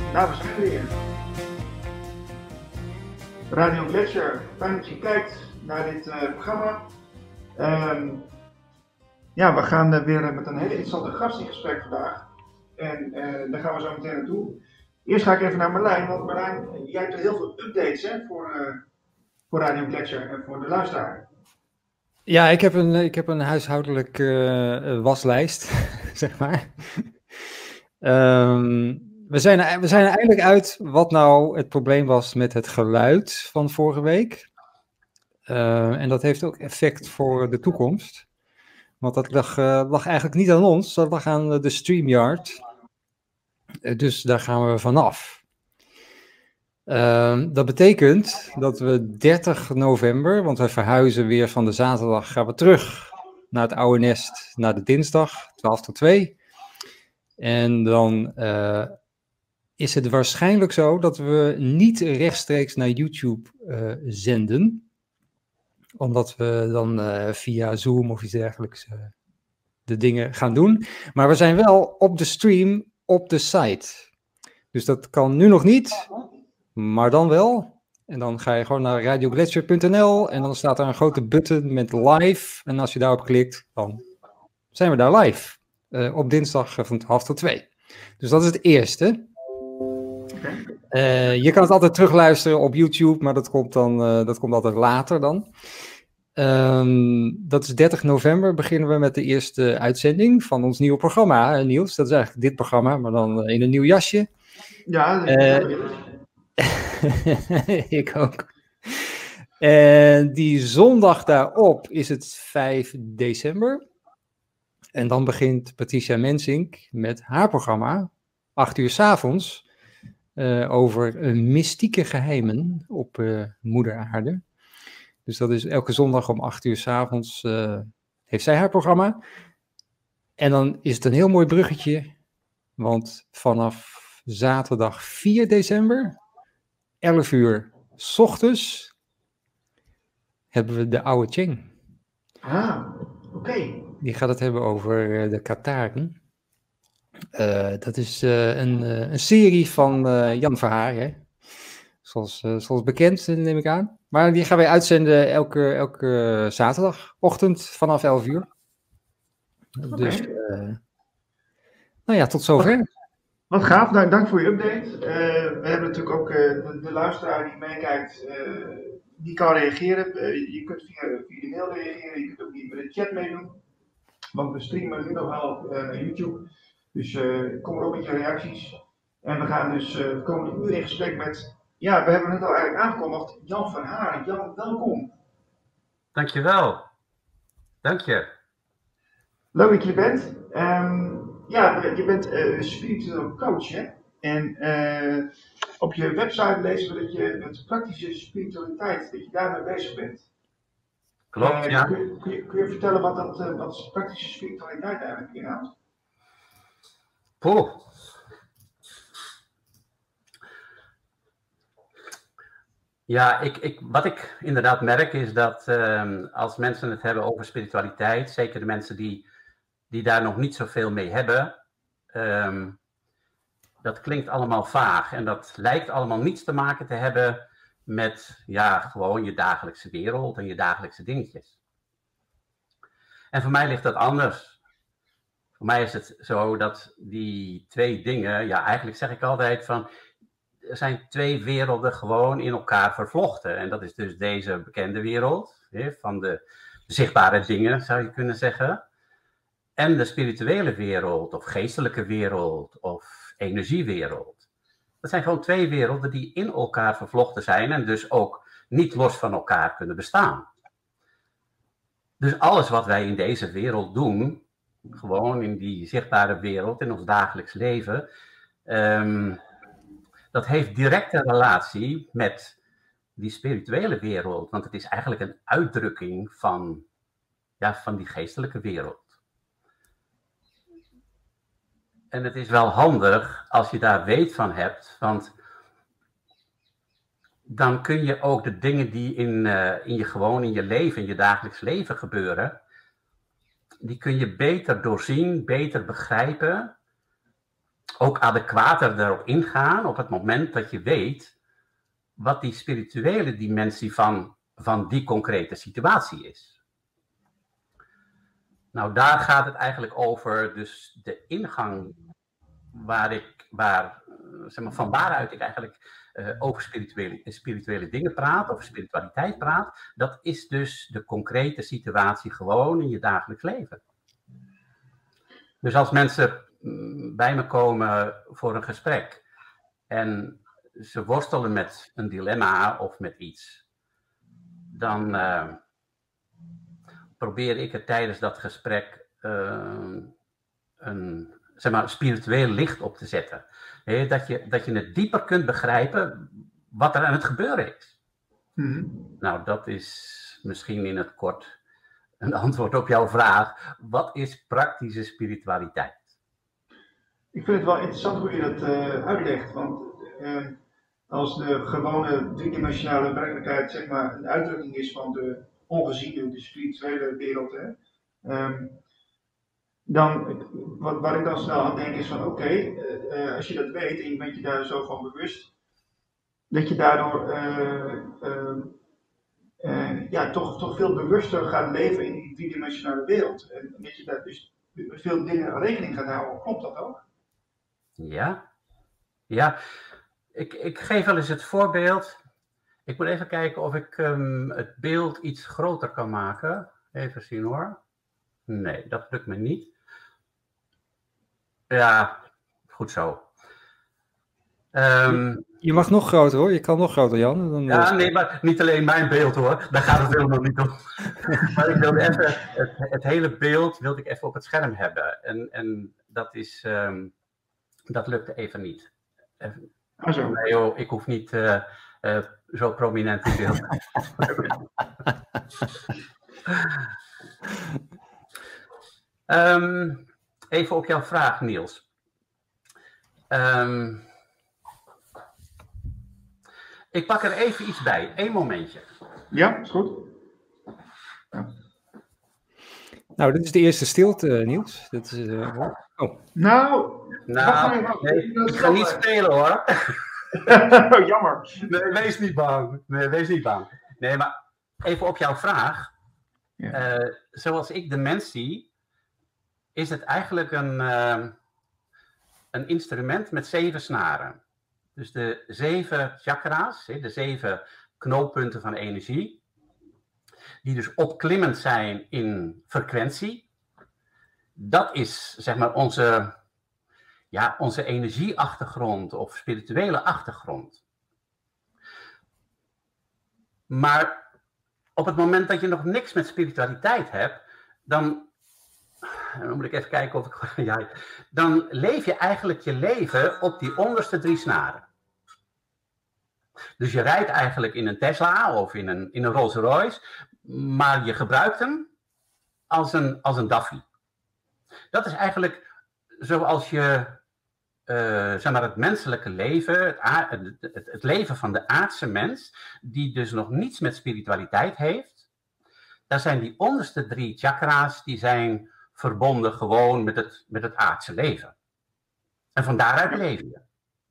Nou, we zijn er weer. Radio Gletscher, fijn dat je kijkt naar dit programma. Ja, we gaan weer met een hele interessante gast in gesprek vandaag. En daar gaan we zo meteen naartoe. Eerst ga ik even naar Marlijn, want Marlijn, jij hebt heel veel updates hè, voor Radio Gletscher en voor de luisteraar. Ja, ik heb een huishoudelijk waslijst, zeg maar. We zijn er eindelijk uit wat nou het probleem was met het geluid van vorige week. En dat heeft ook effect voor de toekomst. Want dat lag eigenlijk niet aan ons, dat lag aan de StreamYard. Dus daar gaan we vanaf. Dat betekent dat we 30 november, want we verhuizen weer van de zaterdag, gaan we terug naar het oude nest, naar de dinsdag, 12 tot 2. En dan is het waarschijnlijk zo dat we niet rechtstreeks naar YouTube zenden. Omdat we dan via Zoom of iets dergelijks de dingen gaan doen. Maar we zijn wel op de stream op de site. Dus dat kan nu nog niet, maar dan wel. En dan ga je gewoon naar radiogletscher.nl en dan staat er een grote button met live. En als je daarop klikt, dan zijn we daar live. Op dinsdag van 12 tot 2. Dus dat is het eerste. Je kan het altijd terugluisteren op YouTube, maar dat komt altijd later dan. Dat is 30 november, beginnen we met de eerste uitzending van ons nieuwe programma, Niels. Dat is eigenlijk dit programma, maar dan in een nieuw jasje. Ja, ik ook. En die zondag daarop is het 5 december. En dan begint Patricia Mensink met haar programma, 8 uur 's avonds, over mystieke geheimen op Moeder Aarde. Dus dat is elke zondag om 8 uur 's avonds heeft zij haar programma. En dan is het een heel mooi bruggetje, want vanaf zaterdag 4 december, 11 uur 's ochtends, hebben we de oude Cheng. Oké. Die gaat het hebben over de Katharen. Dat is een serie van Jan Verhaar, hè? Zoals bekend, neem ik aan. Maar die gaan wij uitzenden elke zaterdagochtend vanaf 11 uur. Okay. Dus, nou ja, tot zover. Wat gaaf, dank voor je update. We hebben natuurlijk ook de luisteraar die meekijkt, die kan reageren. Je kunt via de mail reageren, je kunt ook niet met de chat meedoen. Want we streamen nu nog wel naar YouTube. Dus kom erop met je reacties. En we gaan dus de komende uur in gesprek met, ja, we hebben het al eigenlijk aangekondigd, Jan van Haren. Jan, welkom. Dankjewel. Dank je. Leuk dat je er bent. Ja, je bent spiritueel coach, hè? En op je website lezen we dat je met praktische spiritualiteit, dat je daarmee bezig bent. Klopt, ja. Kun je vertellen wat praktische spiritualiteit eigenlijk inhoudt? Poeh. Ja, wat ik inderdaad merk is dat als mensen het hebben over spiritualiteit, zeker de mensen die daar nog niet zoveel mee hebben, dat klinkt allemaal vaag en dat lijkt allemaal niets te maken te hebben met ja, gewoon je dagelijkse wereld en je dagelijkse dingetjes. En voor mij ligt dat anders. Voor mij is het zo dat die twee dingen, ja eigenlijk zeg ik altijd van, er zijn twee werelden gewoon in elkaar vervlochten. En dat is dus deze bekende wereld, van de zichtbare dingen zou je kunnen zeggen. En de spirituele wereld, of geestelijke wereld, of energiewereld. Dat zijn gewoon twee werelden die in elkaar vervlochten zijn en dus ook niet los van elkaar kunnen bestaan. Dus alles wat wij in deze wereld doen, gewoon in die zichtbare wereld, in ons dagelijks leven, dat heeft directe relatie met die spirituele wereld. Want het is eigenlijk een uitdrukking van die geestelijke wereld. En het is wel handig als je daar weet van hebt, want dan kun je ook de dingen die in je leven, in je dagelijks leven gebeuren, die kun je beter doorzien, beter begrijpen ook adequater erop ingaan op het moment dat je weet wat die spirituele dimensie van die concrete situatie is. Nou, daar gaat het eigenlijk over, dus de ingang van waaruit ik eigenlijk over spirituele dingen praat, over spiritualiteit praat, dat is dus de concrete situatie gewoon in je dagelijks leven. Dus als mensen bij me komen voor een gesprek en ze worstelen met een dilemma of met iets, dan probeer ik er tijdens dat gesprek een spiritueel licht op te zetten. Dat je het dieper kunt begrijpen wat er aan het gebeuren is. Mm-hmm. Nou, dat is misschien in het kort een antwoord op jouw vraag. Wat is praktische spiritualiteit? Ik vind het wel interessant hoe je dat uitlegt, want als de gewone driedimensionale werkelijkheid zeg maar een uitdrukking is van de ongeziene, de spirituele wereld, dan, wat ik dan snel aan denk is van oké, als je dat weet en je bent je daar zo van bewust, dat je daardoor toch veel bewuster gaat leven in die driedimensionale wereld. En dat je daar dus met veel dingen rekening gaat houden. Klopt dat ook? Ja. Ik geef wel eens het voorbeeld. Ik moet even kijken of ik het beeld iets groter kan maken. Even zien hoor. Nee, dat lukt me niet. Ja, goed zo. Je mag nog groter hoor, je kan nog groter, Jan. Dan nee, maar niet alleen mijn beeld hoor, daar gaat het helemaal niet om. Maar ik wilde even, het hele beeld wilde ik even op het scherm hebben. En dat is, dat lukte even niet. Nee joh, ik hoef niet zo prominent in beeld. Even op jouw vraag, Niels. Ik pak er even iets bij. 1 momentje. Ja, is goed. Ja. Nou, dit is de eerste stilte, Niels. Dit is, Nee, ik ga niet spelen hoor. Jammer. Nee, wees niet bang. Nee, maar even op jouw vraag. Ja. Zoals ik de mens zie, is het eigenlijk een instrument met 7 snaren. Dus de 7 chakra's, de 7 knooppunten van energie, die dus opklimmend zijn in frequentie. Dat is zeg maar onze energieachtergrond of spirituele achtergrond. Maar op het moment dat je nog niks met spiritualiteit hebt, dan moet ik even kijken of ik... dan leef je eigenlijk je leven op die onderste 3 snaren. Dus je rijdt eigenlijk in een Tesla of in een Rolls Royce, maar je gebruikt hem als een Daffy. Dat is eigenlijk zoals je het menselijke leven, het leven van de aardse mens, die dus nog niets met spiritualiteit heeft, daar zijn die onderste 3 chakra's, die zijn verbonden gewoon met het aardse leven. En van daaruit leven je.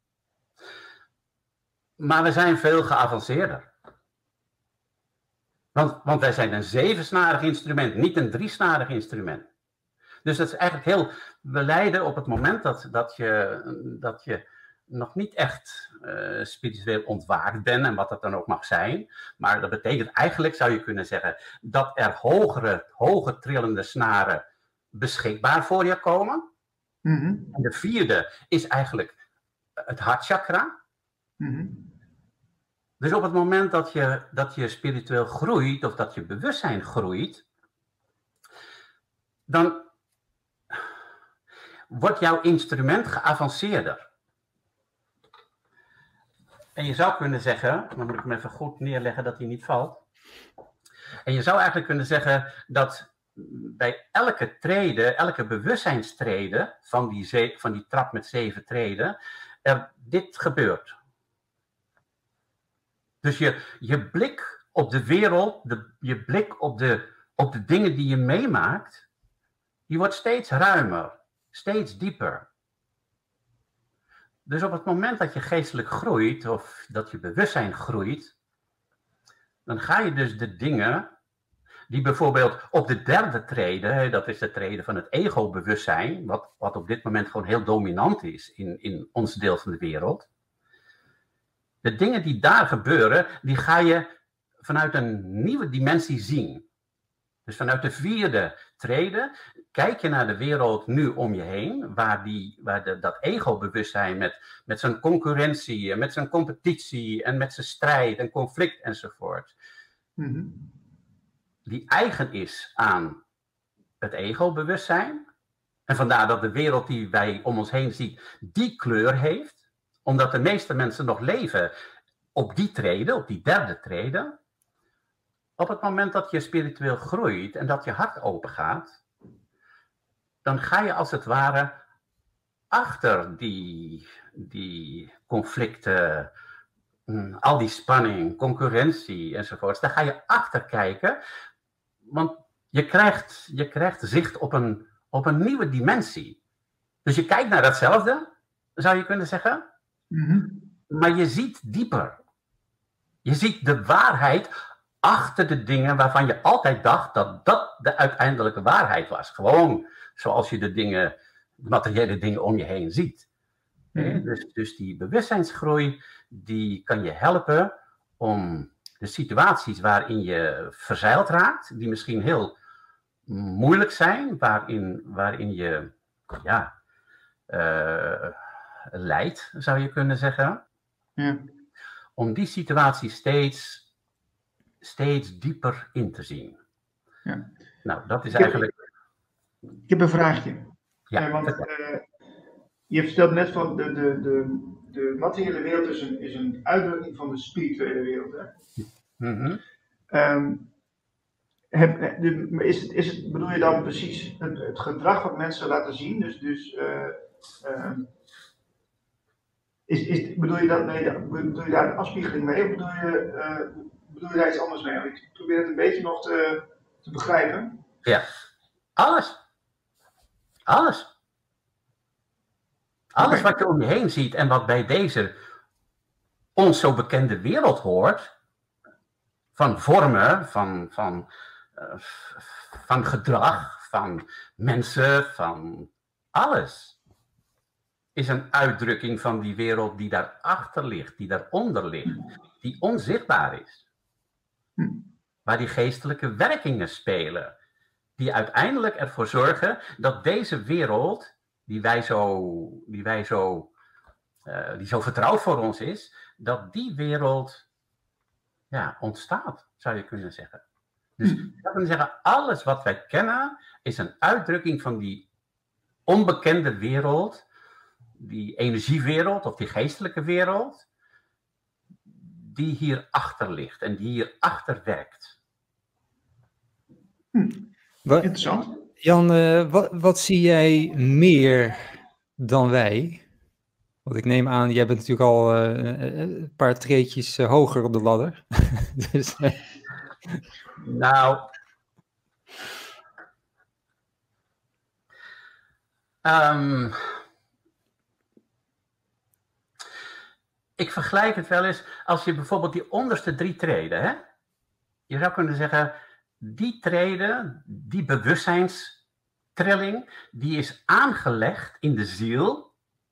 Maar we zijn veel geavanceerder. Want wij zijn een 7-snarig instrument, niet een 3-snarig instrument. Dus dat is eigenlijk we lijden op het moment dat je nog niet echt spiritueel ontwaakt bent, en wat dat dan ook mag zijn. Maar dat betekent eigenlijk, zou je kunnen zeggen, dat er hoger trillende snaren beschikbaar voor je komen. Mm-hmm. En de 4e is eigenlijk het hartchakra. Mm-hmm. Dus op het moment dat je spiritueel groeit, of dat je bewustzijn groeit, dan wordt jouw instrument geavanceerder. En je zou kunnen zeggen, dan moet ik hem even goed neerleggen dat hij niet valt. En je zou eigenlijk kunnen zeggen dat bij elke trede, elke bewustzijnstrede van die trap met 7 treden, er dit gebeurt. Dus je blik op de wereld, je blik op de dingen die je meemaakt, die wordt steeds ruimer, steeds dieper. Dus op het moment dat je geestelijk groeit, of dat je bewustzijn groeit, dan ga je dus de dingen die bijvoorbeeld op de derde trede, dat is de trede van het ego-bewustzijn, wat op dit moment gewoon heel dominant is in ons deel van de wereld. De dingen die daar gebeuren, die ga je vanuit een nieuwe dimensie zien. Dus vanuit de vierde trede kijk je naar de wereld nu om je heen, waar dat ego-bewustzijn met zijn concurrentie en met zijn competitie en met zijn strijd en conflict enzovoort, die eigen is aan het ego-bewustzijn. En vandaar dat de wereld die wij om ons heen zien, die kleur heeft, omdat de meeste mensen nog leven op die trede, op die derde trede. Op het moment dat je spiritueel groeit en dat je hart open gaat, dan ga je als het ware achter die conflicten, al die spanning, concurrentie enzovoorts, daar ga je achter kijken, want je krijgt zicht op een nieuwe dimensie. Dus je kijkt naar datzelfde, zou je kunnen zeggen, maar je ziet dieper. Je ziet de waarheid achter de dingen waarvan je altijd dacht dat dat de uiteindelijke waarheid was. Gewoon zoals je de materiële dingen om je heen ziet. Dus die bewustzijnsgroei, die kan je helpen om de situaties waarin je verzeild raakt, die misschien heel moeilijk zijn, waarin je lijdt, zou je kunnen zeggen. Ja. Om die situatie steeds dieper in te zien. Ja. Nou, dat is eigenlijk... Ik heb een vraagje. Ja, want je vertelt net van de materiële wereld is een uitdrukking van de spirituele wereld. Hè? Bedoel je dan precies het gedrag wat mensen laten zien? Bedoel je daar een afspiegeling mee? Of bedoel je daar iets anders mee? Ik probeer het een beetje nog te begrijpen. Ja, alles. Alles wat je om je heen ziet en wat bij deze ons zo bekende wereld hoort, van vormen, van gedrag, van mensen, van alles, is een uitdrukking van die wereld die daarachter ligt, die daaronder ligt, die onzichtbaar is. Waar die geestelijke werkingen spelen, die uiteindelijk ervoor zorgen dat deze wereld, die zo vertrouwd voor ons is, dat die wereld ontstaat, zou je kunnen zeggen. Dus je zou kunnen zeggen, alles wat wij kennen is een uitdrukking van die onbekende wereld, die energiewereld of die geestelijke wereld, die hierachter ligt en die hierachter werkt. Interessant. Jan, wat zie jij meer dan wij? Want ik neem aan, jij bent natuurlijk al een paar treetjes hoger op de ladder. Dus, Nou, ik vergelijk het wel eens als je bijvoorbeeld die onderste 3 treden, hè? Je zou kunnen zeggen, die treden, die bewustzijnstrilling, die is aangelegd in de ziel.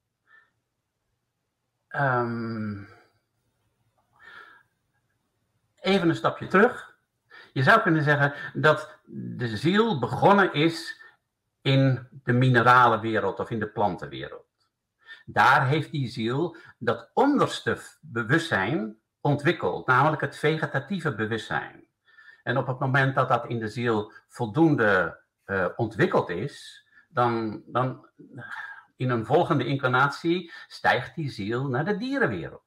Even een stapje terug. Je zou kunnen zeggen dat de ziel begonnen is in de minerale wereld of in de plantenwereld. Daar heeft die ziel dat onderste bewustzijn ontwikkeld, namelijk het vegetatieve bewustzijn. En op het moment dat dat in de ziel voldoende ontwikkeld is, dan in een volgende incarnatie stijgt die ziel naar de dierenwereld.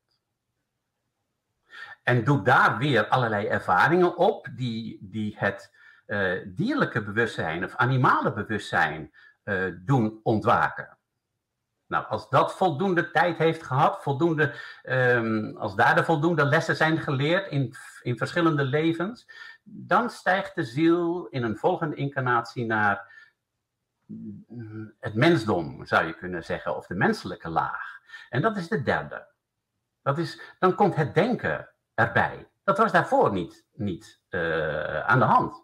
En doet daar weer allerlei ervaringen op die het dierlijke bewustzijn of animale bewustzijn doen ontwaken. Nou, als dat voldoende tijd heeft gehad, als daar de voldoende lessen zijn geleerd in verschillende levens, dan stijgt de ziel in een volgende incarnatie naar het mensdom, zou je kunnen zeggen, of de menselijke laag. En dat is de derde. Dan komt het denken erbij. Dat was daarvoor niet aan de hand.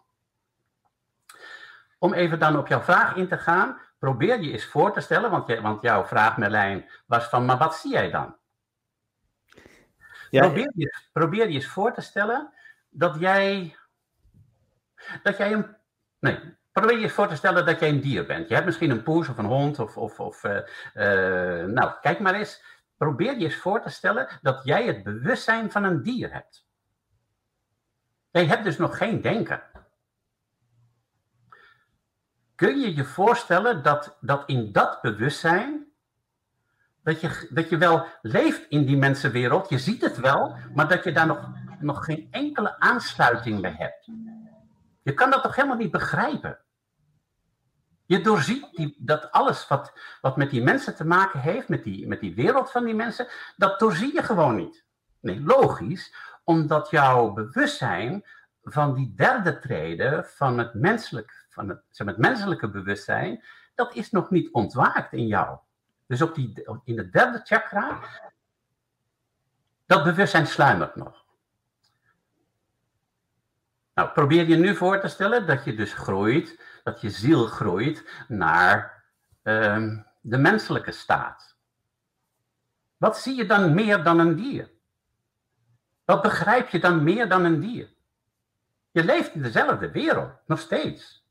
Om even dan op jouw vraag in te gaan, probeer je eens voor te stellen, want jouw vraag, Merlijn, was van, maar wat zie jij dan? Ja. Probeer je eens voor te stellen probeer je eens voor te stellen dat jij een dier bent. Je hebt misschien een poes of een hond nou, kijk maar eens. Probeer je eens voor te stellen dat jij het bewustzijn van een dier hebt. Jij hebt dus nog geen denken. Kun je je voorstellen dat in dat bewustzijn, dat je wel leeft in die mensenwereld, je ziet het wel, maar dat je daar nog geen enkele aansluiting bij hebt. Je kan dat toch helemaal niet begrijpen? Je doorziet dat alles wat met die mensen te maken heeft, met die wereld van die mensen, dat doorzie je gewoon niet. Nee, logisch, omdat jouw bewustzijn van die derde trede, van het menselijke bewustzijn, dat is nog niet ontwaakt in jou. Dus in de derde chakra, dat bewustzijn sluimert nog. Nou, probeer je nu voor te stellen dat je dus groeit, dat je ziel groeit naar de menselijke staat. Wat zie je dan meer dan een dier? Wat begrijp je dan meer dan een dier? Je leeft in dezelfde wereld, nog steeds.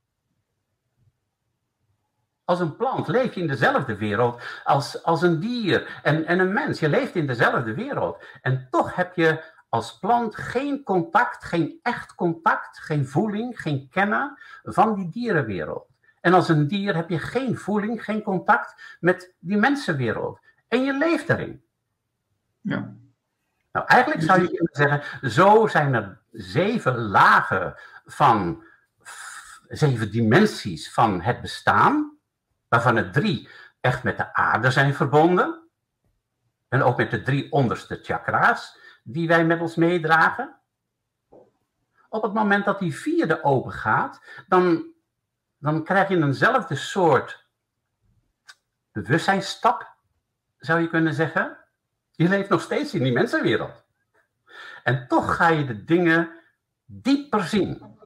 Als een plant leef je in dezelfde wereld als een dier en een mens. Je leeft in dezelfde wereld. En toch heb je als plant geen contact, geen echt contact, geen voeling, geen kennen van die dierenwereld. En als een dier heb je geen voeling, geen contact met die mensenwereld. En je leeft erin. Ja. Nou, eigenlijk zou je kunnen zeggen, zo zijn er 7 lagen van 7 dimensies van het bestaan, waarvan er 3 echt met de aarde zijn verbonden. En ook met de 3 onderste chakra's die wij met ons meedragen. Op het moment dat die 4e open gaat, dan krijg je eenzelfde soort bewustzijnsstap, zou je kunnen zeggen. Je leeft nog steeds in die mensenwereld. En toch ga je de dingen dieper zien.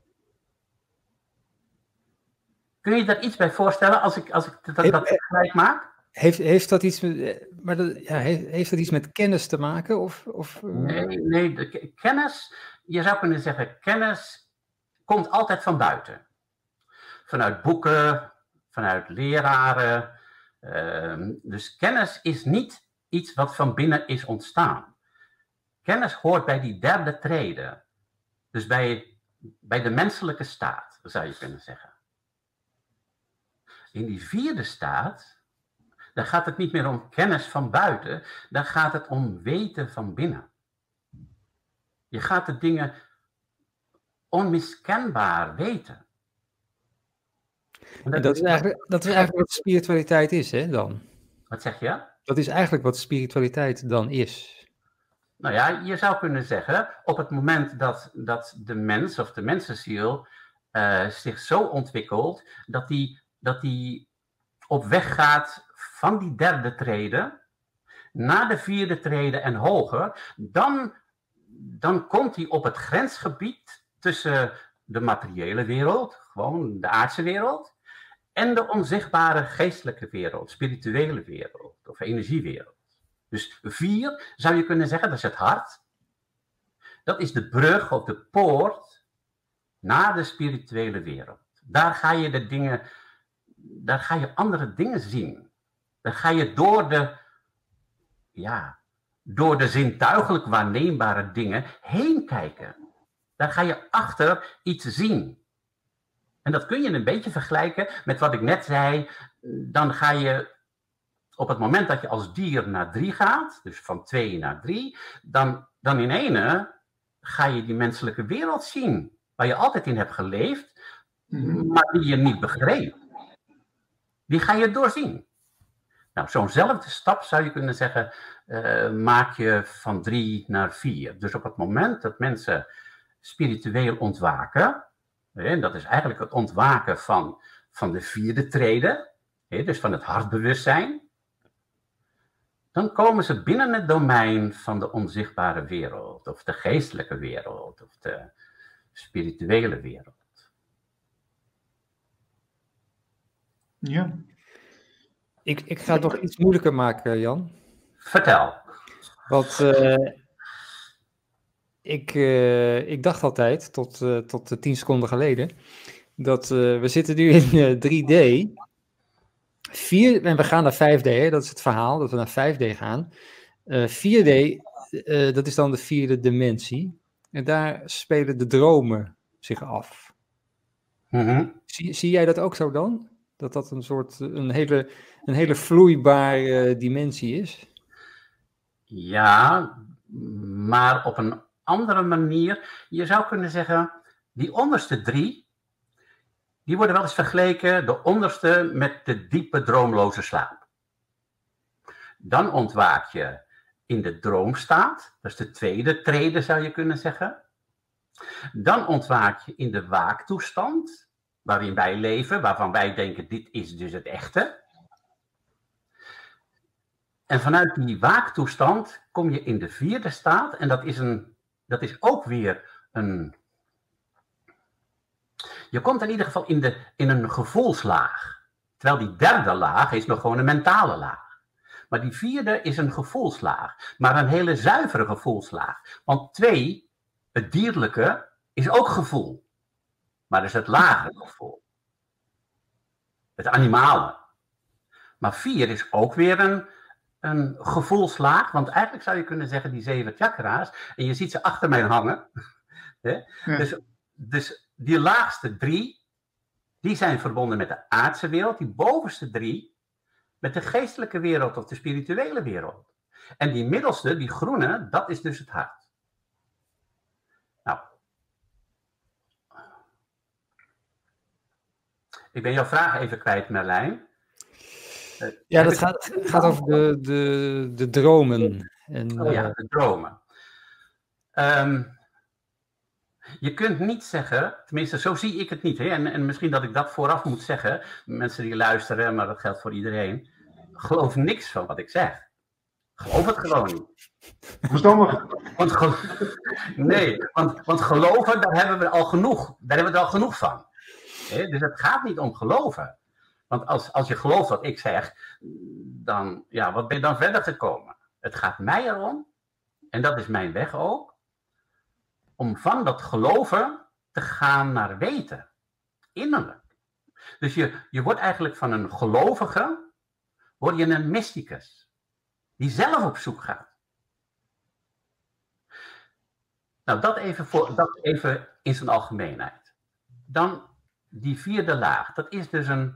Kun je daar iets bij voorstellen als ik dat gelijk maak? Heeft dat iets heeft dat iets met kennis te maken? Nee, kennis, je zou kunnen zeggen, kennis komt altijd van buiten. Vanuit boeken, vanuit leraren. Dus kennis is niet iets wat van binnen is ontstaan. Kennis hoort bij die derde trede. Dus bij de menselijke staat, zou je kunnen zeggen. In die 4e staat, dan gaat het niet meer om kennis van buiten, dan gaat het om weten van binnen. Je gaat de dingen onmiskenbaar weten. En dat is eigenlijk wat spiritualiteit is, hè, dan? Wat zeg je? Dat is eigenlijk wat spiritualiteit dan is. Nou ja, je zou kunnen zeggen, op het moment dat de mens of de mensenziel zich zo ontwikkelt, dat die op weg gaat van die derde trede naar de 4e trede en hoger, dan komt hij op het grensgebied tussen de materiële wereld, gewoon de aardse wereld, en de onzichtbare geestelijke wereld, spirituele wereld of energiewereld. Dus 4 zou je kunnen zeggen, dat is het hart. Dat is de brug of de poort naar de spirituele wereld. Daar ga je andere dingen zien. Dan ga je door de zintuigelijk waarneembare dingen heen kijken. Dan ga je achter iets zien. En dat kun je een beetje vergelijken met wat ik net zei. Dan ga je, op het moment dat je als dier naar 3 gaat, dus van 2 naar 3, dan in ene ga je die menselijke wereld zien. Waar je altijd in hebt geleefd, maar die je niet begreep. Die ga je doorzien. Nou, zo'nzelfde stap zou je kunnen zeggen, maak je van 3 naar 4. Dus op het moment dat mensen spiritueel ontwaken, en dat is eigenlijk het ontwaken van de 4e trede, dus van het hartbewustzijn, dan komen ze binnen het domein van de onzichtbare wereld, of de geestelijke wereld, of de spirituele wereld. Ja. Ik ga het nog iets moeilijker maken, Jan. Vertel. Want ik dacht altijd, tot 10 seconden geleden, dat we zitten nu in 3D. En we gaan naar 5D, hè? Dat is het verhaal, dat we naar 5D gaan. 4D, dat is dan de 4e dimensie. En daar spelen de dromen zich af. Mm-hmm. Zie jij dat ook zo dan? Dat een hele vloeibare dimensie is? Ja, maar op een andere manier. Je zou kunnen zeggen, die onderste 3, die worden wel eens vergeleken, de onderste met de diepe droomloze slaap. Dan ontwaak je in de droomstaat, dat is de tweede trede zou je kunnen zeggen. Dan ontwaak je in de waaktoestand, waarin wij leven, waarvan wij denken, dit is dus het echte. En vanuit die waaktoestand kom je in de 4e staat, en dat is ook weer een... Je komt in ieder geval in een gevoelslaag. Terwijl die 3e laag is nog gewoon een mentale laag. Maar die 4e is een gevoelslaag. Maar een hele zuivere gevoelslaag. Want 2, het dierlijke, is ook gevoel. Maar dat is het lagere gevoel. Het animale. Maar 4 is ook weer een gevoelslaag. Want eigenlijk zou je kunnen zeggen die 7 chakra's. En je ziet ze achter mij hangen. Ja. Dus die laagste 3, die zijn verbonden met de aardse wereld. Die bovenste 3 met de geestelijke wereld of de spirituele wereld. En die middelste, die groene, dat is dus het hart. Nou. Ik ben jouw vraag even kwijt, Merlijn. Ja, dat gaat over de dromen. En, ja, de dromen. Je kunt niet zeggen, tenminste zo zie ik het niet, hè? En misschien dat ik dat vooraf moet zeggen, mensen die luisteren, maar dat geldt voor iedereen, geloof niks van wat ik zeg. Geloof het gewoon niet. Verstandig. Want geloven, daar hebben we al genoeg. Daar hebben we er al genoeg van. Dus het gaat niet om geloven. Want als je gelooft wat ik zeg, dan, ja, wat ben je dan verder gekomen? Het gaat mij erom, en dat is mijn weg ook, om van dat geloven te gaan naar weten. Innerlijk. Dus je wordt eigenlijk van een gelovige, word je een mysticus. Die zelf op zoek gaat. Nou, dat even in zijn algemeenheid. Dan die 4e laag. Dat is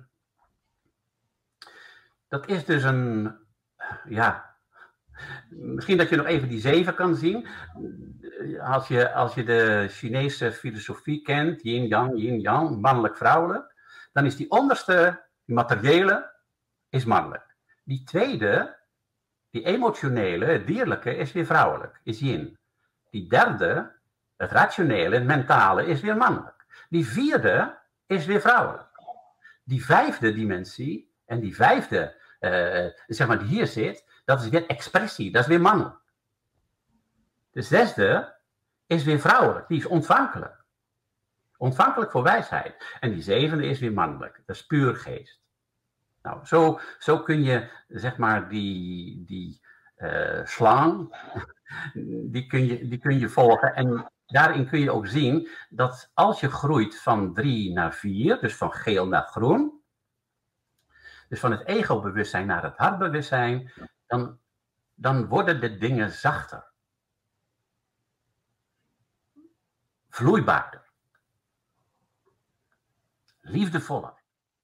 dus een, ja, misschien dat je nog even die 7 kan zien. Als je de Chinese filosofie kent, yin-yang, mannelijk-vrouwelijk, dan is die onderste, die materiële, is mannelijk. Die tweede, die emotionele, het dierlijke, is weer vrouwelijk, is yin. Die 3e, het rationele, het mentale, is weer mannelijk. Die 4e is weer vrouwelijk. Die 5e dimensie en die 5e, zeg maar die hier zit, dat is weer expressie, dat is weer mannelijk. De 6e is weer vrouwelijk, die is ontvankelijk. Ontvankelijk voor wijsheid. En die 7e is weer mannelijk, dat is puur geest. Nou, zo kun je, zeg maar, die slang, die kun je volgen. En daarin kun je ook zien dat als je groeit van 3 naar 4, dus van geel naar groen, dus van het ego-bewustzijn naar het hartbewustzijn, dan worden de dingen zachter. Vloeibaarder. Liefdevoller.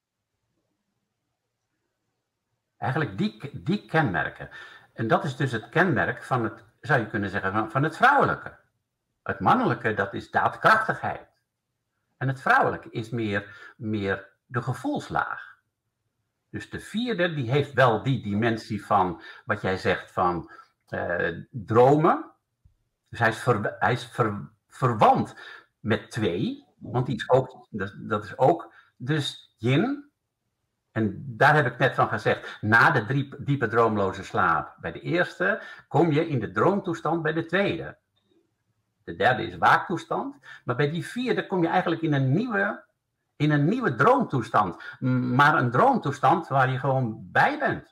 Eigenlijk die kenmerken. En dat is dus het kenmerk van het, zou je kunnen zeggen, van het vrouwelijke. Het mannelijke, dat is daadkrachtigheid. En het vrouwelijke is meer de gevoelslaag. Dus de 4e, die heeft wel die dimensie van, wat jij zegt, van dromen. Dus hij is verwant met 2, want die is ook, dat is ook dus yin En daar heb ik net van gezegd, na de diepe droomloze slaap bij de eerste, kom je in de droomtoestand bij de tweede. De derde is waaktoestand, maar bij die vierde kom je eigenlijk in een nieuwe droomtoestand. Maar een droomtoestand waar je gewoon bij bent.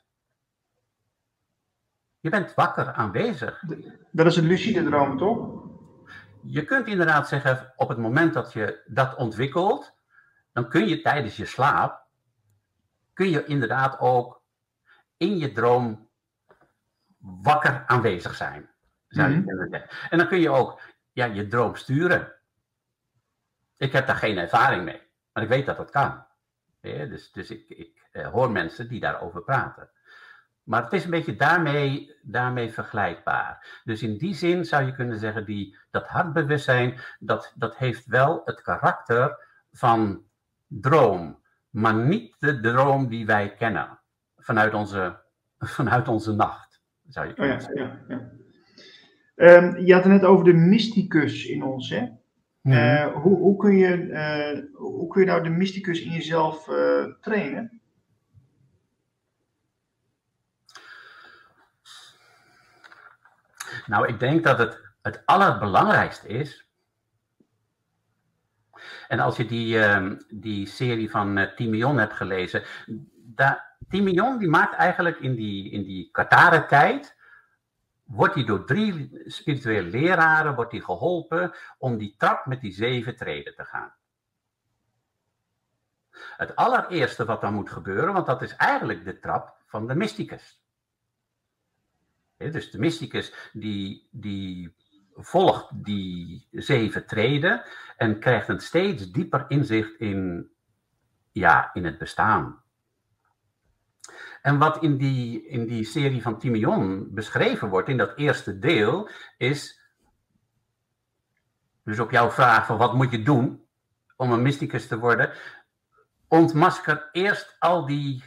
Je bent wakker aanwezig. Dat is een lucide droom, toch? Je kunt inderdaad zeggen, op het moment dat je dat ontwikkelt, dan kun je tijdens je slaap, kun je inderdaad ook in je droom wakker aanwezig zijn. Zou je kunnen zeggen. En dan kun je ook je droom sturen. Ik heb daar geen ervaring mee, maar ik weet dat dat kan. Ja, dus ik hoor mensen die daarover praten. Maar het is een beetje daarmee vergelijkbaar. Dus in die zin zou je kunnen zeggen, dat hartbewustzijn, dat heeft wel het karakter van droom. Maar niet de droom die wij kennen. Vanuit onze nacht, zou je kunnen zeggen. Ja. Je had het net over de mysticus in ons, hè? Hoe kun je nou de mysticus in jezelf trainen? Nou, ik denk dat het allerbelangrijkste is. En als je die serie van Timion hebt gelezen. Timion die maakt eigenlijk in die Katara-tijd. Wordt hij door 3 spirituele leraren geholpen om die trap met die 7 treden te gaan. Het allereerste wat dan moet gebeuren, want dat is eigenlijk de trap van de mysticus. Dus de mysticus die volgt die 7 treden en krijgt een steeds dieper inzicht in het bestaan. En wat in die serie van Timion beschreven wordt, in dat eerste deel, is dus op jouw vraag van wat moet je doen om een mysticus te worden, ontmasker eerst al die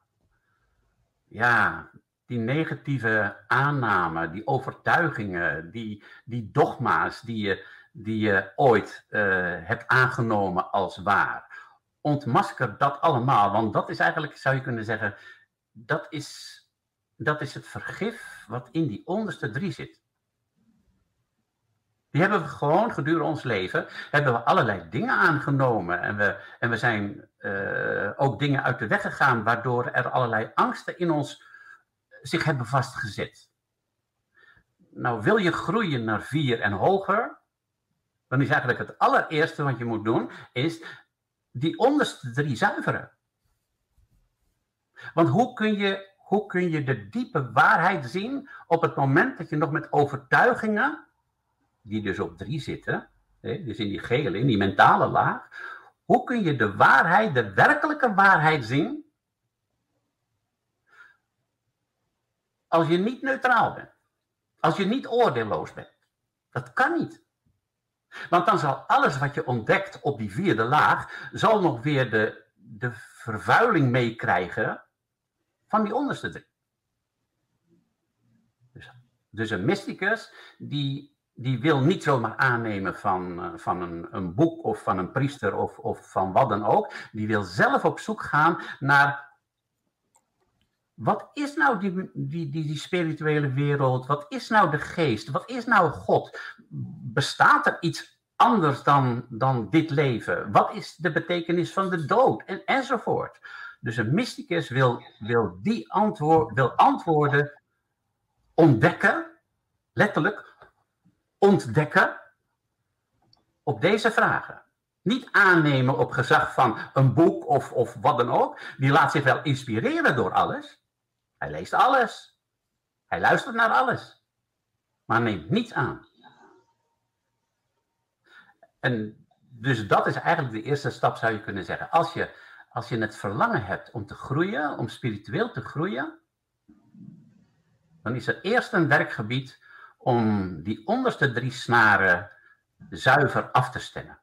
negatieve aannamen, die overtuigingen, die dogma's die je ooit hebt aangenomen als waar. Ontmasker dat allemaal, want dat is eigenlijk, zou je kunnen zeggen, dat is het vergif wat in die onderste 3 zit. Die hebben we gewoon gedurende ons leven, hebben we allerlei dingen aangenomen. En we zijn ook dingen uit de weg gegaan, waardoor er allerlei angsten in ons zich hebben vastgezet. Nou, wil je groeien naar 4 en hoger, dan is eigenlijk het allereerste wat je moet doen, is die onderste 3 zuiveren. Want hoe kun je de diepe waarheid zien op het moment dat je nog met overtuigingen, die dus op 3 zitten, dus in die gele, in die mentale laag, hoe kun je de waarheid, de werkelijke waarheid zien, als je niet neutraal bent, als je niet oordeelloos bent? Dat kan niet. Want dan zal alles wat je ontdekt op die 4e laag, zal nog weer de vervuiling meekrijgen van die onderste 3. Dus een mysticus, die wil niet zomaar aannemen van een boek of van een priester of van wat dan ook. Die wil zelf op zoek gaan naar, wat is nou die spirituele wereld? Wat is nou de geest? Wat is nou God? Bestaat er iets anders dan dit leven? Wat is de betekenis van de dood? Enzovoort. Dus een mysticus wil antwoorden ontdekken, letterlijk ontdekken, op deze vragen. Niet aannemen op gezag van een boek of wat dan ook. Die laat zich wel inspireren door alles. Hij leest alles. Hij luistert naar alles. Maar neemt niets aan. En dus dat is eigenlijk de eerste stap, zou je kunnen zeggen. Als je het verlangen hebt om te groeien, om spiritueel te groeien, dan is er eerst een werkgebied om die onderste 3 snaren zuiver af te stemmen.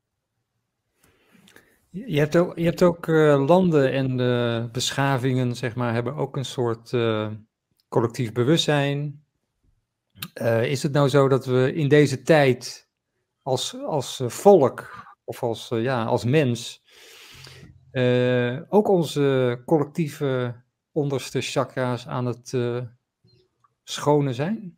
Je hebt ook landen en beschavingen, zeg maar, hebben ook een soort collectief bewustzijn. Is het nou zo dat we in deze tijd als volk of als mens ook onze collectieve onderste chakra's aan het schonen zijn?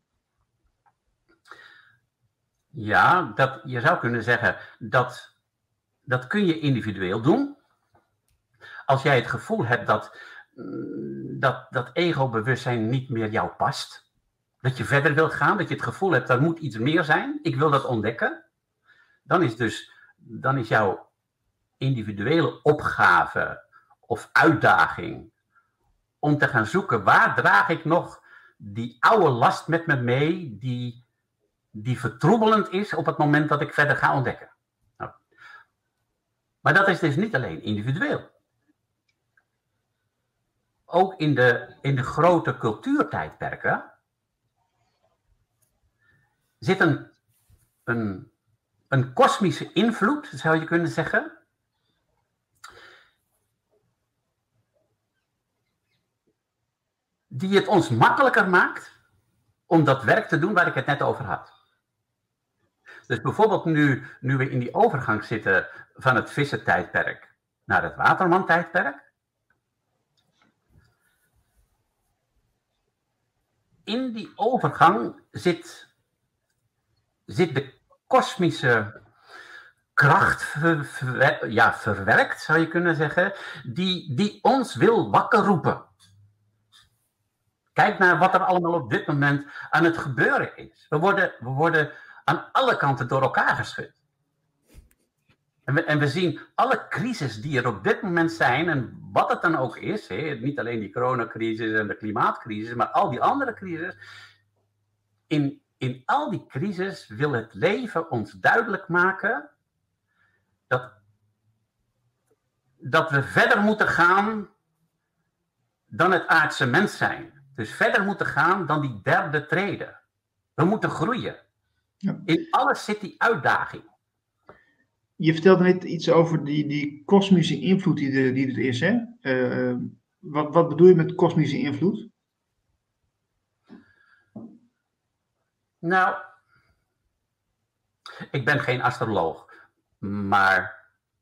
Ja, je zou kunnen zeggen dat kun je individueel doen. Als jij het gevoel hebt dat ego-bewustzijn niet meer jou past, dat je verder wil gaan, dat je het gevoel hebt, er moet iets meer zijn, ik wil dat ontdekken, dan is jouw individuele opgave of uitdaging om te gaan zoeken, waar draag ik nog die oude last met me mee, die vertroebelend is op het moment dat ik verder ga ontdekken. Nou, maar dat is dus niet alleen individueel. Ook in de grote cultuurtijdperken zit een kosmische invloed, zou je kunnen zeggen, die het ons makkelijker maakt om dat werk te doen waar ik het net over had. Dus bijvoorbeeld nu we in die overgang zitten van het vissentijdperk naar het watermantijdperk. In die overgang zit de kosmische kracht verwerkt, zou je kunnen zeggen, die ons wil wakker roepen. Kijk naar wat er allemaal op dit moment aan het gebeuren is. We worden aan alle kanten door elkaar geschud. En we zien alle crises die er op dit moment zijn, en wat het dan ook is, niet alleen die coronacrisis en de klimaatcrisis, maar al die andere crises. In al die crisis wil het leven ons duidelijk maken dat we verder moeten gaan dan het aardse mens zijn. Dus verder moeten gaan dan die derde trede. We moeten groeien. Ja. In alles zit die uitdaging. Je vertelde net iets over die kosmische invloed die er is. Hè? Wat bedoel je met kosmische invloed? Nou, ik ben geen astroloog. Maar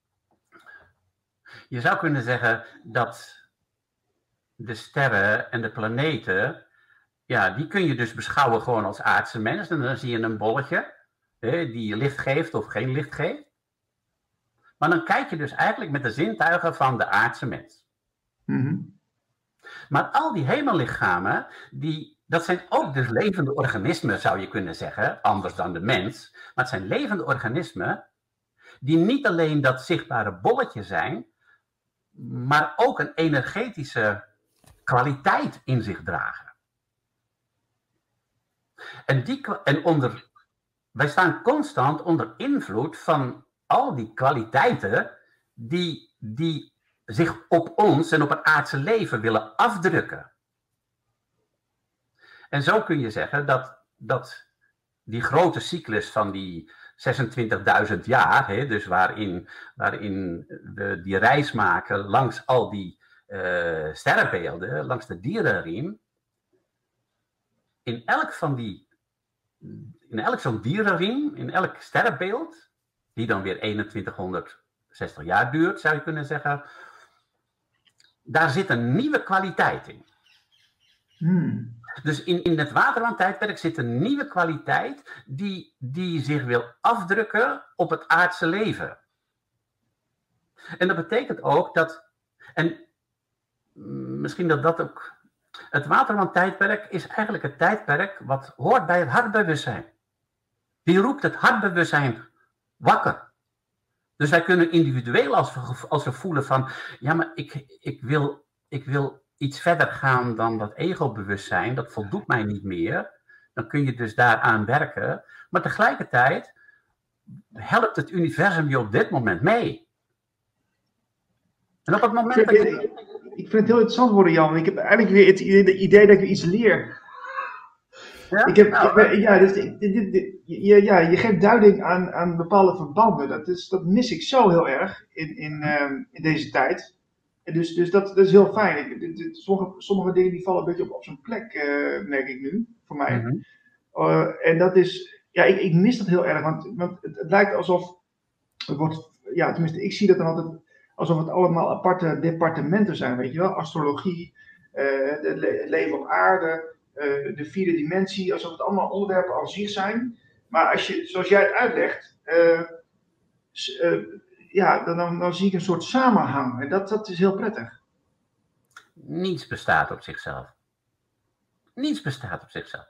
je zou kunnen zeggen dat de sterren en de planeten, ja, die kun je dus beschouwen gewoon als aardse mens. En dan zie je een bolletje, die licht geeft of geen licht geeft. Maar dan kijk je dus eigenlijk met de zintuigen van de aardse mens. Mm-hmm. Maar al die hemellichamen, dat zijn ook dus levende organismen, zou je kunnen zeggen, anders dan de mens. Maar het zijn levende organismen die niet alleen dat zichtbare bolletje zijn, maar ook een energetische kwaliteit in zich dragen. Wij staan constant onder invloed van al die kwaliteiten die zich op ons en op het aardse leven willen afdrukken. En zo kun je zeggen dat die grote cyclus van die 26.000 jaar, dus waarin we die reis maken langs al die sterrenbeelden, langs de dierenriem, in elk zo'n dierenriem, in elk sterrenbeeld, die dan weer 2160 jaar duurt, zou je kunnen zeggen, daar zit een nieuwe kwaliteit in. Dus in het watermantijdperk zit een nieuwe kwaliteit die zich wil afdrukken op het aardse leven. En dat betekent ook dat, en misschien dat ook, het watermantijdperk is eigenlijk het tijdperk wat hoort bij het hartbewustzijn. Die roept het hartbewustzijn wakker. Dus wij kunnen individueel, als we voelen van, ja, maar ik wil iets verder gaan dan dat ego-bewustzijn, dat voldoet mij niet meer, dan kun je dus daaraan werken. Maar tegelijkertijd helpt het universum je op dit moment mee. En op het moment Ik vind het heel interessant worden, Jan. Ik heb eigenlijk weer het idee dat ik iets leer. Ja? Je geeft duiding aan bepaalde verbanden. Dat mis ik zo heel erg in deze tijd. Dus dat is heel fijn. Sommige dingen die vallen een beetje op zijn plek, merk ik nu, voor mij. Mm-hmm. En dat is, ik mis dat heel erg, want het lijkt alsof het wordt, tenminste, ik zie dat dan altijd alsof het allemaal aparte departementen zijn, weet je wel? Astrologie, het leven op aarde, de vierde dimensie, alsof het allemaal onderwerpen aan zich zijn. Maar als je, zoals jij het uitlegt, ja, dan zie ik een soort samenhang. En dat is heel prettig. Niets bestaat op zichzelf. Niets bestaat op zichzelf.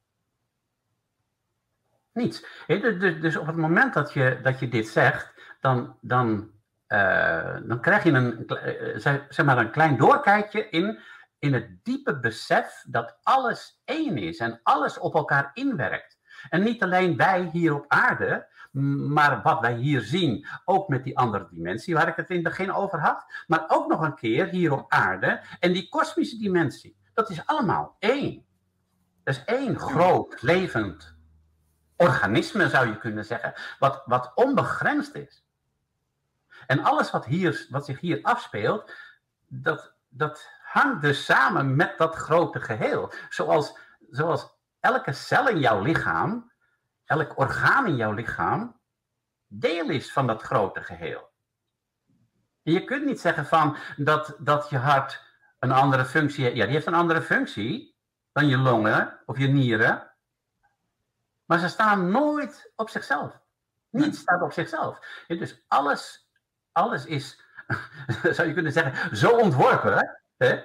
Niets. Dus op het moment dat je dit zegt, dan krijg je een klein doorkijkje in het diepe besef dat alles één is en alles op elkaar inwerkt. En niet alleen wij hier op aarde, maar wat wij hier zien, ook met die andere dimensie waar ik het in het begin over had, maar ook nog een keer hier op aarde en die kosmische dimensie. Dat is allemaal één. Dat is één groot, levend organisme, zou je kunnen zeggen, wat onbegrensd is. En alles wat zich hier afspeelt, dat hangt dus samen met dat grote geheel. Zoals elke cel in jouw lichaam, elk orgaan in jouw lichaam, deel is van dat grote geheel. En je kunt niet zeggen van dat je hart een andere functie heeft. Ja, die heeft een andere functie dan je longen of je nieren. Maar ze staan nooit op zichzelf. Niets staat op zichzelf. Dus alles is, zou je kunnen zeggen, zo ontworpen. Hè?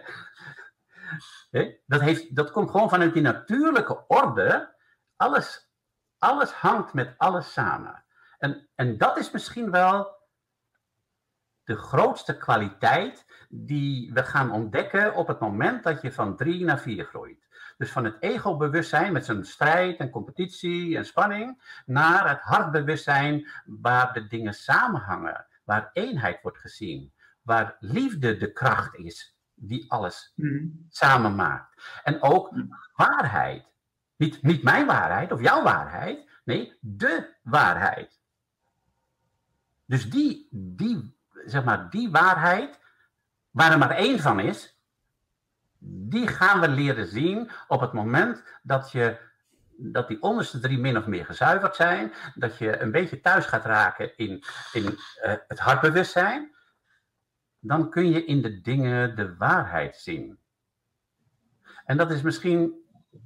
Dat komt gewoon vanuit die natuurlijke orde. Alles hangt met alles samen. En dat is misschien wel de grootste kwaliteit die we gaan ontdekken op het moment dat je van 3 naar 4 groeit. Dus van het ego-bewustzijn met zijn strijd en competitie en spanning, naar het hartbewustzijn waar de dingen samenhangen, waar eenheid wordt gezien, waar liefde de kracht is die alles samen maakt. En ook waarheid. Niet mijn waarheid of jouw waarheid, nee, de waarheid. Dus die waarheid, waar er maar één van is, die gaan we leren zien op het moment dat die onderste 3 min of meer gezuiverd zijn, dat je een beetje thuis gaat raken in het hartbewustzijn, dan kun je in de dingen de waarheid zien. En dat is misschien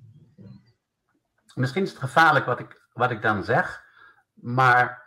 is het gevaarlijk wat ik dan zeg, maar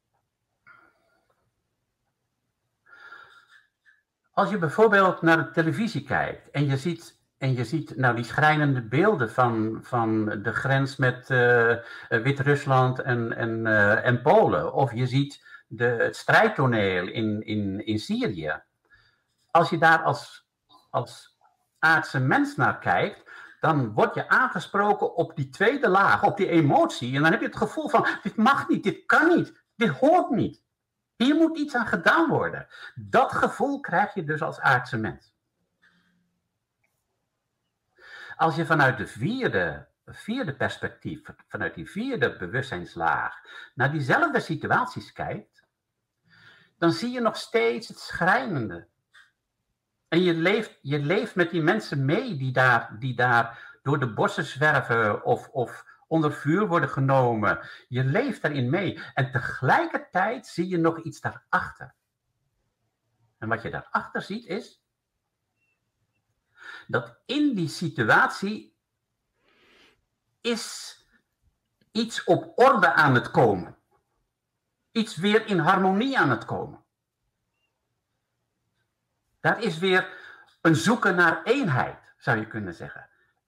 als je bijvoorbeeld naar de televisie kijkt en je ziet nou, die schrijnende beelden van de grens met Wit-Rusland en Polen, of je ziet het strijdtoneel in Syrië. Als je daar als aardse mens naar kijkt, dan word je aangesproken op die tweede laag, op die emotie. En dan heb je het gevoel van, dit mag niet, dit kan niet, dit hoort niet. Hier moet iets aan gedaan worden. Dat gevoel krijg je dus als aardse mens. Als je vanuit de vierde perspectief, vanuit die vierde bewustzijnslaag, naar diezelfde situaties kijkt, dan zie je nog steeds het schrijnende. En je leeft met die mensen mee die daar door de bossen zwerven of onder vuur worden genomen. Je leeft daarin mee. En tegelijkertijd zie je nog iets daarachter. En wat je daarachter ziet is dat in die situatie is iets op orde aan het komen. Iets weer in harmonie aan het komen. Daar is weer een zoeken naar eenheid, zou je kunnen zeggen.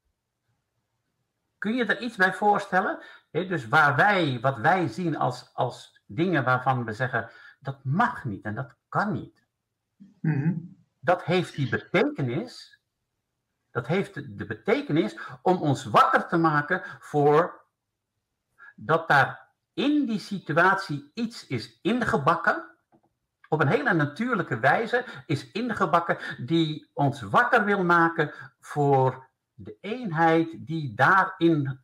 Kun je er iets bij voorstellen? Dus wat wij zien als dingen waarvan we zeggen, dat mag niet en dat kan niet. Dat heeft die betekenis. Dat heeft de betekenis om ons wakker te maken voor dat daar in die situatie iets is ingebakken. Op een hele natuurlijke wijze is ingebakken die ons wakker wil maken voor de eenheid die daarin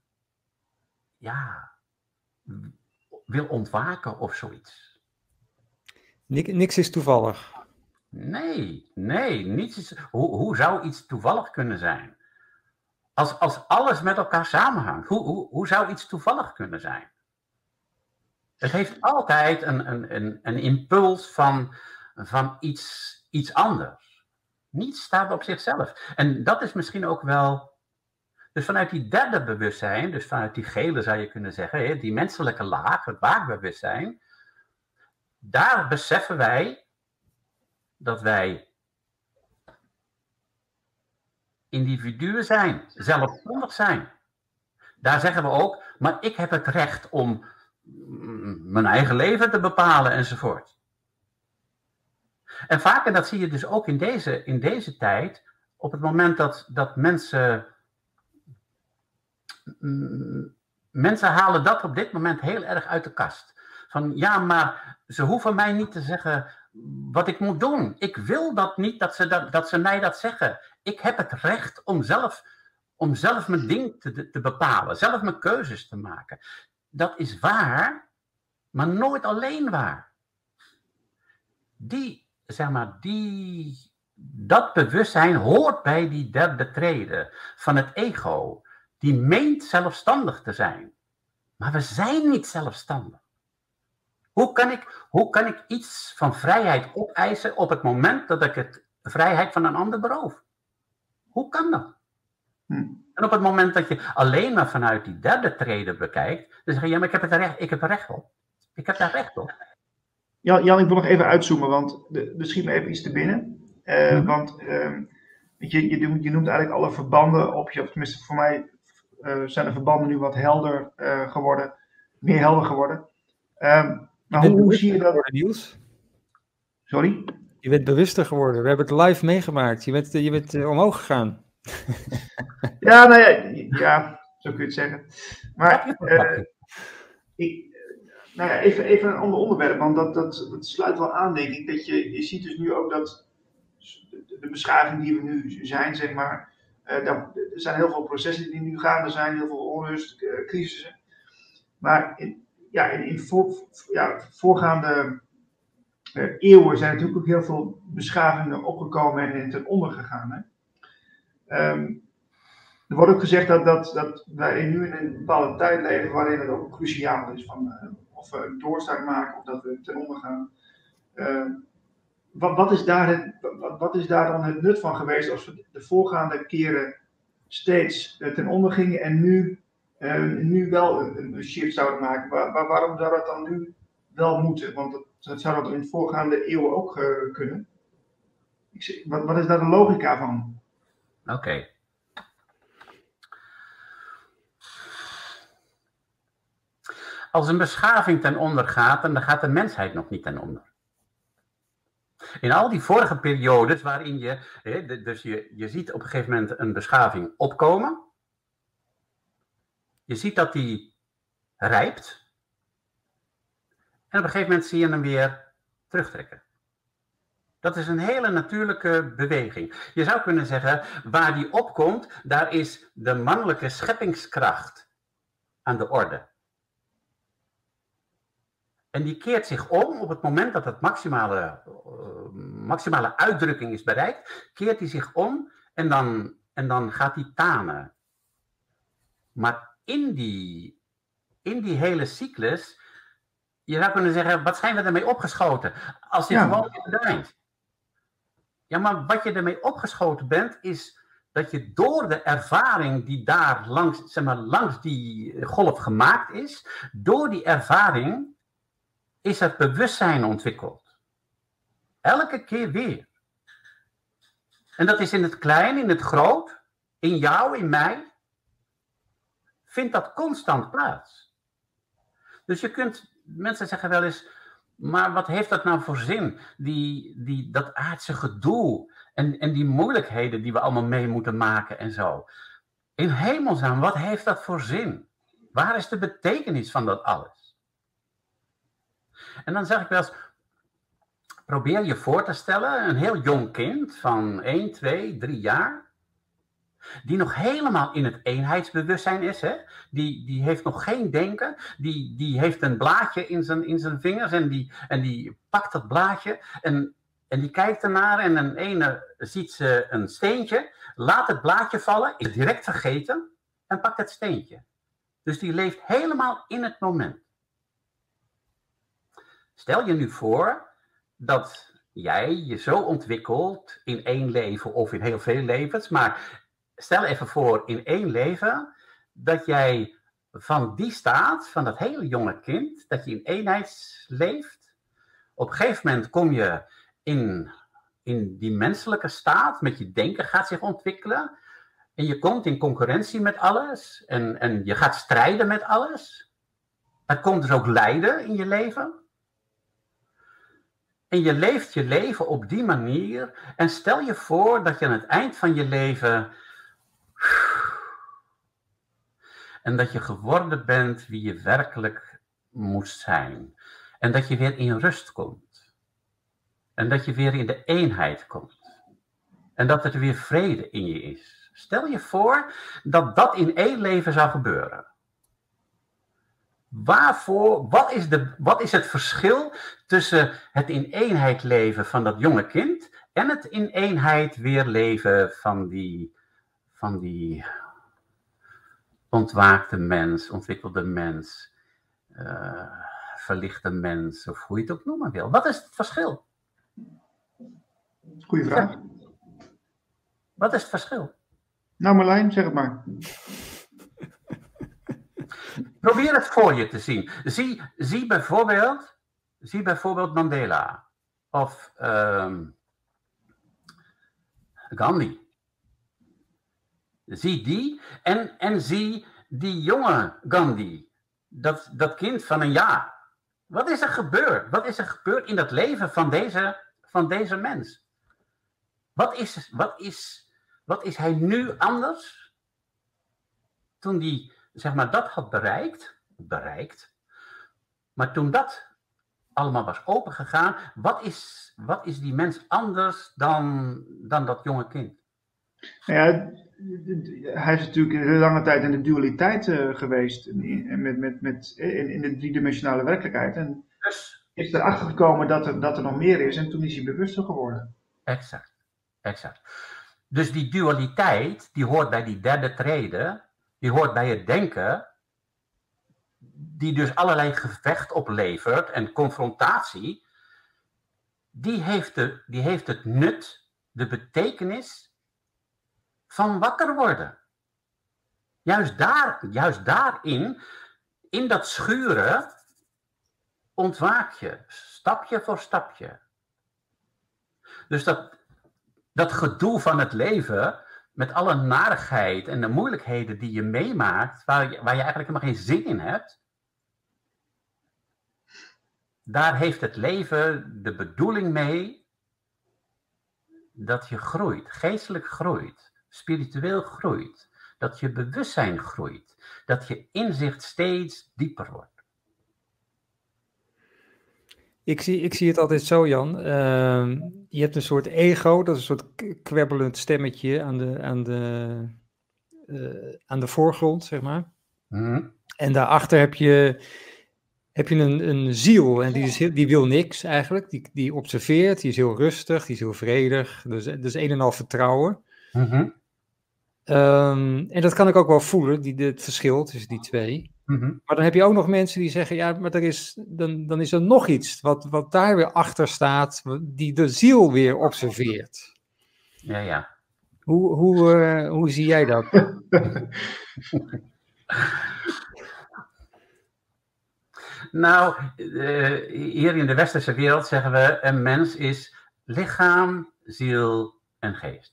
wil ontwaken of zoiets. Niks is toevallig. Nee, niets is. Hoe zou iets toevallig kunnen zijn? Als alles met elkaar samenhangt, hoe zou iets toevallig kunnen zijn? Het heeft altijd een impuls van van iets anders. Niets staat op zichzelf. En dat is misschien ook wel... Dus vanuit die derde bewustzijn, dus vanuit die gele zou je kunnen zeggen, die menselijke laag, het waakbewustzijn, daar beseffen wij dat wij individuen zijn, zelfstandig zijn. Daar zeggen we ook, maar ik heb het recht om mijn eigen leven te bepalen enzovoort. En vaak, en dat zie je dus ook in deze tijd, op het moment dat mensen halen dat op dit moment heel erg uit de kast. Van ja, maar ze hoeven mij niet te zeggen wat ik moet doen. Ik wil dat niet, dat ze mij dat zeggen. Ik heb het recht om zelf mijn ding te bepalen, zelf mijn keuzes te maken. Dat is waar, maar nooit alleen waar. Dat bewustzijn hoort bij die derde trede van het ego. Die meent zelfstandig te zijn. Maar we zijn niet zelfstandig. Hoe kan ik iets van vrijheid opeisen op het moment dat ik de vrijheid van een ander beroof? Hoe kan dat? En op het moment dat je alleen maar vanuit die derde trede bekijkt, dan zeg je, ja, maar ik heb er recht op. Ik heb daar recht op. Jan, ik wil nog even uitzoomen, want er schiet me even iets te binnen. Want je noemt eigenlijk alle verbanden op je, of tenminste voor mij zijn de verbanden nu wat helder geworden, meer helder geworden. Maar hoe zie je dat? Niels? Sorry? Je bent bewuster geworden. We hebben het live meegemaakt. Je bent omhoog gegaan. Ja, nou ja, zo kun je het zeggen. Maar even een ander onderwerp, want dat sluit wel aan, denk ik. Dat je ziet dus nu ook dat de beschaving die we nu zijn, zeg maar, er zijn heel veel processen die nu gaande zijn, heel veel onrust, crisissen. Maar in voorgaande eeuwen zijn natuurlijk ook heel veel beschavingen opgekomen en ten onder gegaan. Hè? Er wordt ook gezegd dat wij nu in een bepaalde tijd leven waarin het ook cruciaal is of we een doorstart maken of dat we ten onder gaan. Wat is daar dan het nut van geweest als we de voorgaande keren steeds ten onder gingen en nu wel een shift zouden maken? Waarom zou dat dan nu wel moeten? Want dat zou dat in de voorgaande eeuwen ook kunnen. Wat is daar de logica van? Oké. Als een beschaving ten onder gaat, dan gaat de mensheid nog niet ten onder. In al die vorige periodes waarin je ziet op een gegeven moment een beschaving opkomen. Je ziet dat die rijpt. En op een gegeven moment zie je hem weer terugtrekken. Dat is een hele natuurlijke beweging. Je zou kunnen zeggen, waar die opkomt, daar is de mannelijke scheppingskracht aan de orde. En die keert zich om op het moment dat het maximale uitdrukking is bereikt, keert hij zich om en dan gaat hij tanen. Maar in die hele cyclus, je zou kunnen zeggen, wat zijn we ermee opgeschoten? Als je gewoon verdwijnt. Ja, maar wat je ermee opgeschoten bent, is dat je door de ervaring die daar langs die golf gemaakt is, door die ervaring is het bewustzijn ontwikkeld. Elke keer weer. En dat is in het klein, in het groot, in jou, in mij, vindt dat constant plaats. Dus mensen zeggen wel eens, maar wat heeft dat nou voor zin? Dat aardse gedoe en die moeilijkheden die we allemaal mee moeten maken en zo. In hemelsnaam, wat heeft dat voor zin? Waar is de betekenis van dat alles? En dan zeg ik wel eens, probeer je voor te stellen, een heel jong kind van 1, 2, 3 jaar, die nog helemaal in het eenheidsbewustzijn is, hè? Die heeft nog geen denken, die heeft een blaadje in zijn vingers en die pakt dat blaadje en die kijkt ernaar en een ene ziet ze een steentje, laat het blaadje vallen, is direct vergeten en pakt het steentje. Dus die leeft helemaal in het moment. Stel je nu voor dat jij je zo ontwikkelt in 1 leven of in heel veel levens, maar stel even voor in 1 leven dat jij van die staat, van dat hele jonge kind, dat je in eenheid leeft. Op een gegeven moment kom je in die menselijke staat, met je denken gaat zich ontwikkelen. En je komt in concurrentie met alles. En je gaat strijden met alles. Er komt dus ook lijden in je leven. En je leeft je leven op die manier. En stel je voor dat je aan het eind van je leven... En dat je geworden bent wie je werkelijk moest zijn. En dat je weer in rust komt. En dat je weer in de eenheid komt. En dat er weer vrede in je is. Stel je voor dat dat in 1 leven zou gebeuren. Wat is het verschil tussen het in eenheid leven van dat jonge kind en het in eenheid weer leven van die ontwaakte mens, ontwikkelde mens, verlichte mens, of hoe je het ook noemen wil? Wat is het verschil? Goeie vraag. Wat is het verschil? Nou Marlijn, zeg het maar. Probeer het voor je te zien. Zie bijvoorbeeld Mandela. Of Gandhi. Zie die en zie die jonge Gandhi. Dat kind van 1 jaar. Wat is er gebeurd? Wat is er gebeurd in dat leven van deze mens? Wat is hij nu anders? Toen hij, zeg maar, dat had bereikt. Maar toen dat allemaal was opengegaan, wat is die mens anders dan dat jonge kind? Nou ja, hij is natuurlijk een lange tijd in de dualiteit geweest. In de driedimensionale werkelijkheid. En Dus, is erachter gekomen dat er nog meer is. En toen is hij bewuster geworden. exact. Dus die dualiteit, die hoort bij die 3e trede, die hoort bij het denken, die dus allerlei gevecht oplevert en confrontatie, die heeft het nut, de betekenis van wakker worden. Juist daarin, in dat schuren, ontwaak je, stapje voor stapje. Dus dat gedoe van het leven, met alle narigheid en de moeilijkheden die je meemaakt, waar je eigenlijk helemaal geen zin in hebt, daar heeft het leven de bedoeling mee dat je groeit, geestelijk groeit, spiritueel groeit, dat je bewustzijn groeit, dat je inzicht steeds dieper wordt. Ik zie het altijd zo, Jan. Je hebt een soort ego, dat is een soort kwebbelend stemmetje aan de voorgrond, zeg maar. Mm-hmm. En daarachter heb je een ziel en die wil niks eigenlijk. Die observeert, die is heel rustig, die is heel vredig. Dus een en al vertrouwen. Mm-hmm. En dat kan ik ook wel voelen, het verschil tussen die twee. Mm-hmm. Maar dan heb je ook nog mensen die zeggen, ja, maar dan is er nog iets wat daar weer achter staat, die de ziel weer observeert. Ja. Hoe zie jij dat? Nou, hier in de westerse wereld zeggen we, een mens is lichaam, ziel en geest.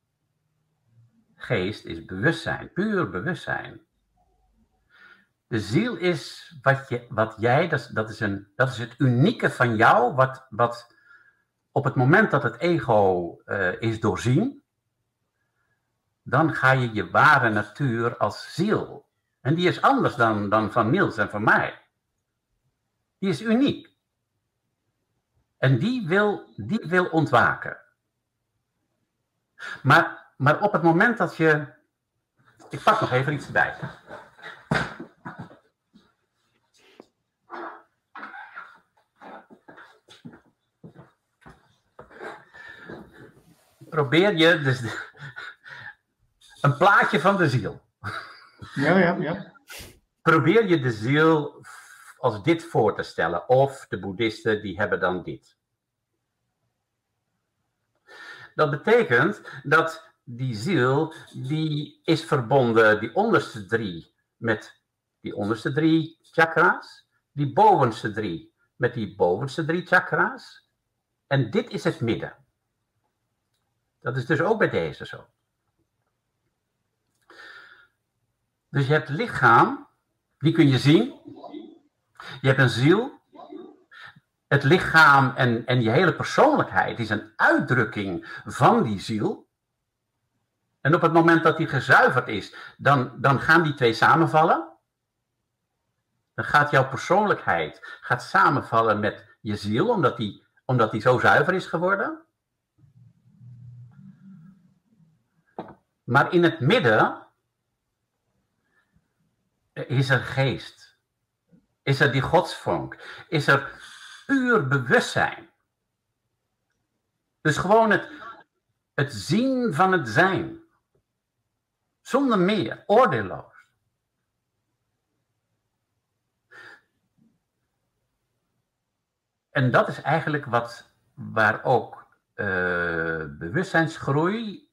Geest is bewustzijn, puur bewustzijn. De ziel is wat jij, dat is het unieke van jou, wat op het moment dat het ego is doorzien, dan ga je je ware natuur als ziel. En die is anders dan van Niels en van mij. Die is uniek. En die wil ontwaken. Maar op het moment dat je... Ik pak nog even iets erbij. Probeer je dus een plaatje van de ziel. Ja. Probeer je de ziel als dit voor te stellen. Of de boeddhisten die hebben dan dit. Dat betekent dat die ziel, die is verbonden, die onderste 3, met die onderste 3 chakra's. Die bovenste 3 met die bovenste 3 chakra's. En dit is het midden. Dat is dus ook bij deze zo. Dus je hebt lichaam, die kun je zien. Je hebt een ziel. Het lichaam en je hele persoonlijkheid is een uitdrukking van die ziel. En op het moment dat die gezuiverd is, dan gaan die twee samenvallen. Dan gaat jouw persoonlijkheid samenvallen met je ziel, omdat die zo zuiver is geworden. Maar in het midden is er geest. Is er die godsvonk. Is er puur bewustzijn. Dus gewoon het zien van het zijn. Zonder meer, oordeelloos. En dat is eigenlijk waar ook bewustzijnsgroei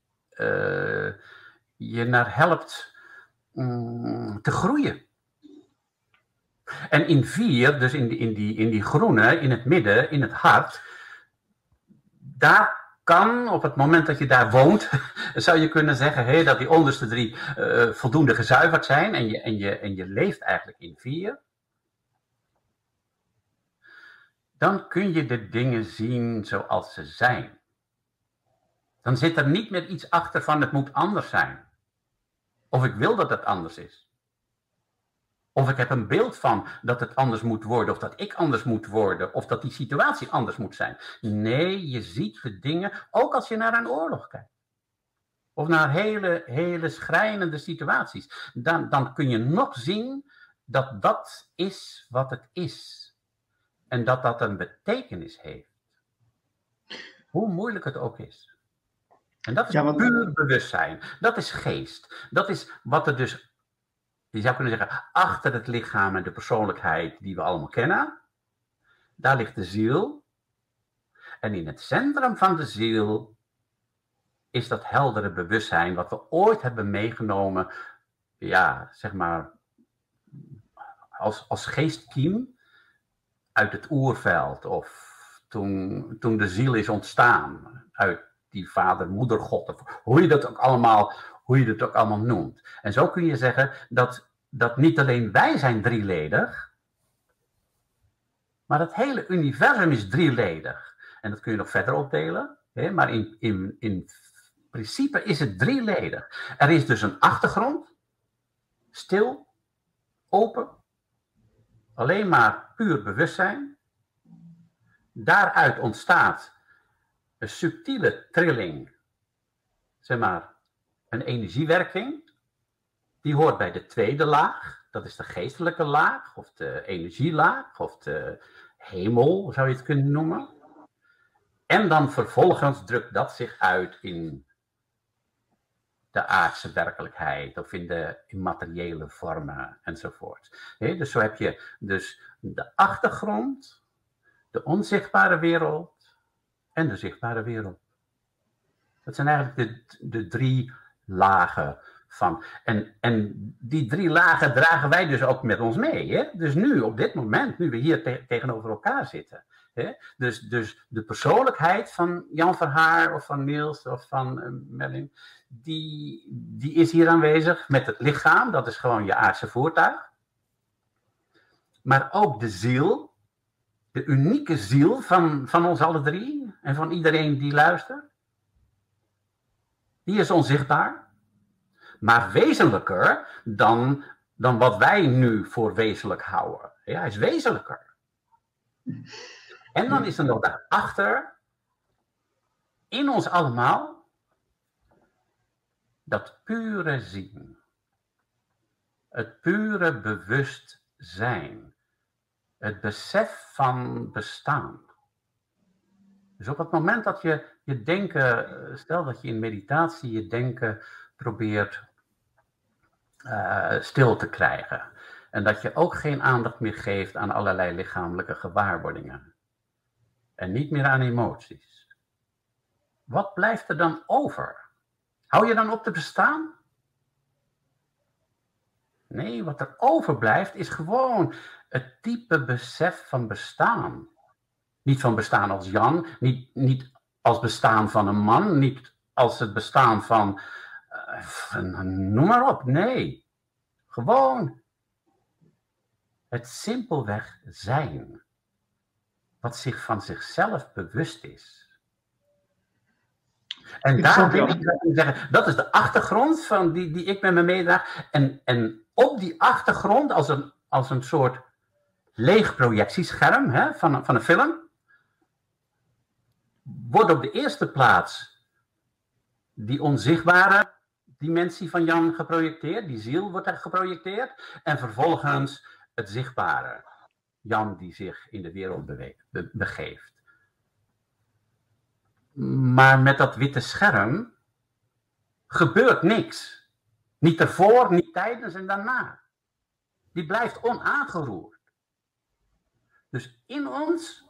je naar helpt te groeien. En in 4, dus in die groene, in het midden, in het hart, daar kan, op het moment dat je daar woont, zou je kunnen zeggen dat die onderste 3 voldoende gezuiverd zijn en je leeft eigenlijk in 4. Dan kun je de dingen zien zoals ze zijn. Dan zit er niet meer iets achter van het moet anders zijn. Of ik wil dat het anders is. Of ik heb een beeld van dat het anders moet worden, of dat ik anders moet worden, of dat die situatie anders moet zijn. Nee, je ziet de dingen, ook als je naar een oorlog kijkt. Of naar hele schrijnende situaties. Dan kun je nog zien dat dat is wat het is. En dat dat een betekenis heeft. Hoe moeilijk het ook is. En dat is puur bewustzijn. Dat is geest. Dat is wat er dus, je zou kunnen zeggen, achter het lichaam en de persoonlijkheid die we allemaal kennen. Daar ligt de ziel. En in het centrum van de ziel is dat heldere bewustzijn wat we ooit hebben meegenomen, ja, zeg maar, als geestkiem uit het oerveld, of toen de ziel is ontstaan uit die vader, moeder, God, of hoe je dat ook allemaal noemt. En zo kun je zeggen dat niet alleen wij zijn drieledig, maar het hele universum is drieledig. En dat kun je nog verder opdelen, maar in principe is het drieledig. Er is dus een achtergrond, stil, open, alleen maar puur bewustzijn. Daaruit ontstaat een subtiele trilling, zeg maar, een energiewerking. Die hoort bij de tweede laag. Dat is de geestelijke laag, of de energielaag, of de hemel, zou je het kunnen noemen. En dan vervolgens drukt dat zich uit in de aardse werkelijkheid, of in de immateriële vormen, enzovoort. Dus zo heb je dus de achtergrond, de onzichtbare wereld en de zichtbare wereld. Dat zijn eigenlijk de 3 lagen van. En die 3 lagen dragen wij dus ook met ons mee. Dus nu, op dit moment, nu we hier tegenover elkaar zitten. Dus de persoonlijkheid van Jan Verhaar, of van Niels, of van Merlin, die is hier aanwezig met het lichaam. Dat is gewoon je aardse voertuig. Maar ook de ziel, de unieke ziel van ons alle 3 en van iedereen die luistert, die is onzichtbaar. Maar wezenlijker dan wat wij nu voor wezenlijk houden. Ja, hij is wezenlijker. En dan is er nog daarachter, in ons allemaal, dat pure zien. Het pure bewustzijn. Het besef van bestaan. Dus op het moment dat je denken, stel dat je in meditatie je denken probeert stil te krijgen. En dat je ook geen aandacht meer geeft aan allerlei lichamelijke gewaarwordingen. En niet meer aan emoties. wat blijft er dan over? Hou je dan op te bestaan? Nee, wat er overblijft is gewoon het diepe besef van bestaan. Niet van bestaan als Jan, niet als bestaan van een man, niet als het bestaan van, noem maar op, nee. Gewoon het simpelweg zijn. Wat zich van zichzelf bewust is. En daar wil ik zeggen, dat is de achtergrond van die ik met me meedraag. En op die achtergrond, als een soort leeg projectiescherm, hè, van een film, wordt op de eerste plaats die onzichtbare dimensie van Jan geprojecteerd, die ziel wordt er geprojecteerd, en vervolgens het zichtbare, Jan die zich in de wereld begeeft. Maar met dat witte scherm gebeurt niks. Niet ervoor, niet tijdens en daarna. Die blijft onaangeroerd. Dus in ons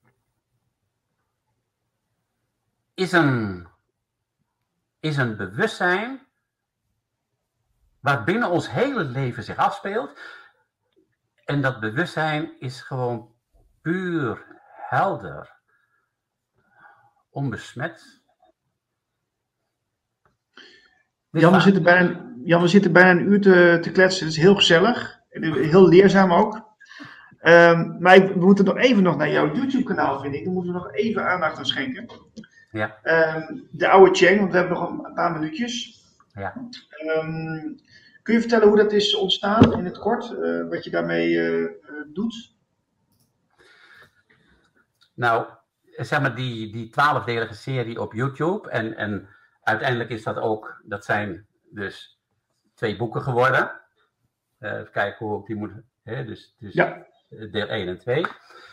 is een bewustzijn waarbinnen ons hele leven zich afspeelt. En dat bewustzijn is gewoon puur, helder, onbesmet. Jan, we zitten bijna een uur te kletsen. Het is heel gezellig. Heel leerzaam ook. Maar we moeten nog naar jouw YouTube-kanaal, vind ik. Daar moeten we nog even aandacht aan schenken. Ja. De oude Cheng, want we hebben nog een paar minuutjes. Ja. Kun je vertellen hoe dat is ontstaan in het kort? Wat je daarmee doet? Nou, zeg maar die 12-delige serie op YouTube. En uiteindelijk is dat zijn dus 2 boeken geworden. Even kijken hoe ik die moet... Dus ja. Deel 1 en 2.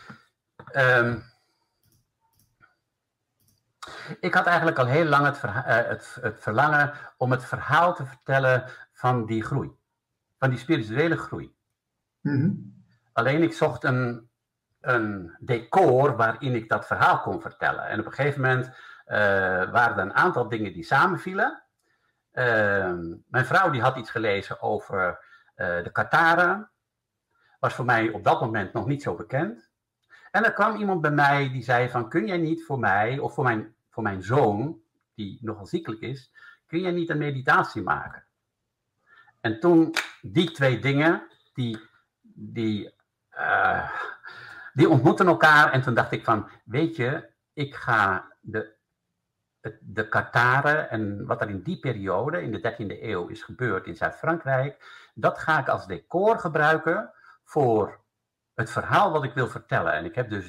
Ik had eigenlijk al heel lang het verlangen om het verhaal te vertellen van die groei. Van die spirituele groei. Mm-hmm. Alleen ik zocht een decor waarin ik dat verhaal kon vertellen. En op een gegeven moment waren er een aantal dingen die samenvielen. Mijn vrouw die had iets gelezen over de Katharen. Was voor mij op dat moment nog niet zo bekend. En er kwam iemand bij mij die zei van, kun jij niet voor mij, of voor mijn zoon, die nogal ziekelijk is, kun jij niet een meditatie maken? En toen, die 2 dingen, die ontmoetten elkaar. En toen dacht ik van, weet je, ik ga de Katharen en wat er in die periode, in de 13e eeuw, is gebeurd in Zuid-Frankrijk, dat ga ik als decor gebruiken voor het verhaal wat ik wil vertellen. En ik heb dus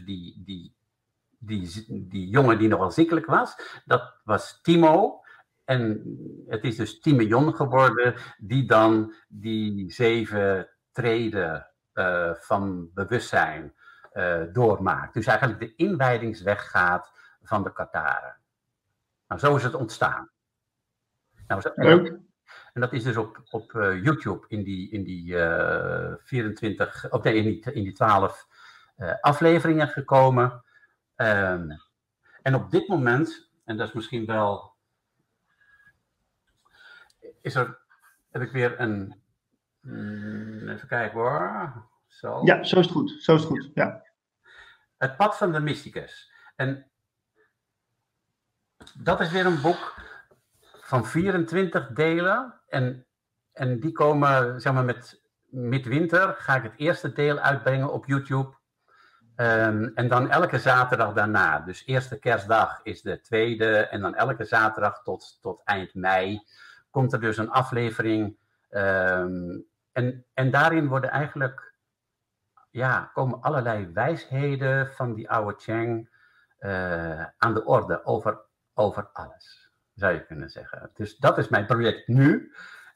die jongen die nogal ziekelijk was, dat was Timo. En het is dus Timion geworden, die dan die 7 treden van bewustzijn doormaakt. Dus eigenlijk de inwijdingsweg gaat van de Katharen. Nou, zo is het ontstaan. Nou, en dat is dus op YouTube in die 24, of nee, in die 12 afleveringen gekomen. En op dit moment, en dat is misschien wel, heb ik weer een, even kijken hoor. Zo. Ja, zo is het goed. Zo is het goed, ja. Het pad van de mysticus. En dat is weer een boek van 24 delen. En die komen, zeg maar, met midwinter ga ik het eerste deel uitbrengen op YouTube. En dan elke zaterdag daarna. Dus eerste kerstdag is de tweede. En dan elke zaterdag tot eind mei komt er dus een aflevering. En daarin worden eigenlijk, ja, komen allerlei wijsheden van die oude Cheng aan de orde over alles. Zou je kunnen zeggen. Dus dat is mijn project nu.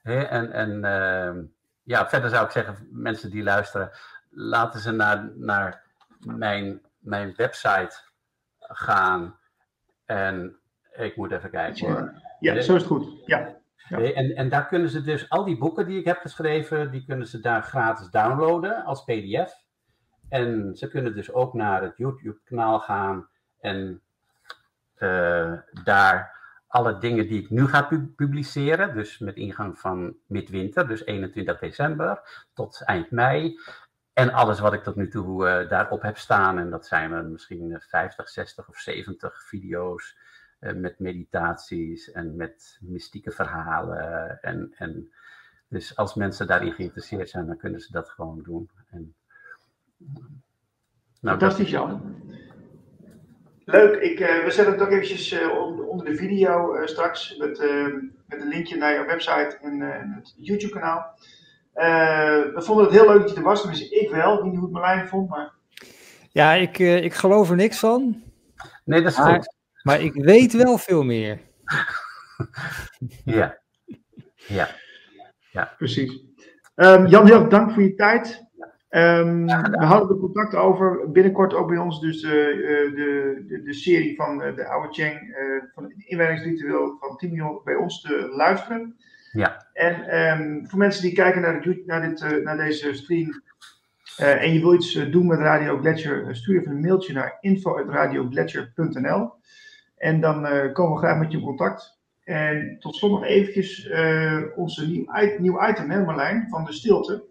Ja, verder zou ik zeggen, mensen die luisteren, laten ze naar mijn website gaan. En ik moet even kijken hoor. Ja, zo is het goed. Ja. En daar kunnen ze dus al die boeken die ik heb geschreven, die kunnen ze daar gratis downloaden als pdf. En ze kunnen dus ook naar het YouTube kanaal gaan en daar alle dingen die ik nu ga publiceren, dus met ingang van midwinter, dus 21 december tot eind mei. En alles wat ik tot nu toe daarop heb staan, en dat zijn er misschien 50, 60 of 70 video's met meditaties en met mystieke verhalen. En dus als mensen daarin geïnteresseerd zijn, dan kunnen ze dat gewoon doen. En, fantastisch, Jan. Leuk, we zetten het ook eventjes onder de video straks met een linkje naar jouw website en het YouTube kanaal. We vonden het heel leuk dat je er was, tenminste ik wel. Ik weet niet hoe het Marlijn vond, maar... Ja, ik geloof er niks van. Nee, dat is goed. Maar ik weet wel veel meer. Ja. Precies. Jan, heel erg dank voor je tijd. We hadden er contact over, binnenkort ook bij ons, dus de serie van de oude Cheng, van het inwijdingsritueel van 10 miljoen bij ons te luisteren. Ja. En voor mensen die kijken naar deze stream en je wil iets doen met Radio Gletscher, stuur even een mailtje naar info@radiogletscher.nl en dan komen we graag met je in contact. En tot slot nog eventjes onze nieuw item, hè Marlijn, van de stilte.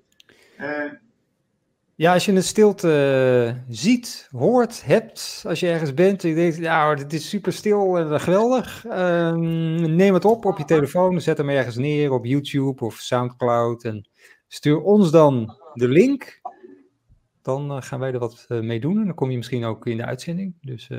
Ja, als je een stilte ziet, hoort, hebt, als je ergens bent en je denkt, nou, dit is super stil en geweldig, neem het op je telefoon, zet hem ergens neer op YouTube of Soundcloud en stuur ons dan de link. Dan gaan wij er wat mee doen en dan kom je misschien ook in de uitzending. Dus,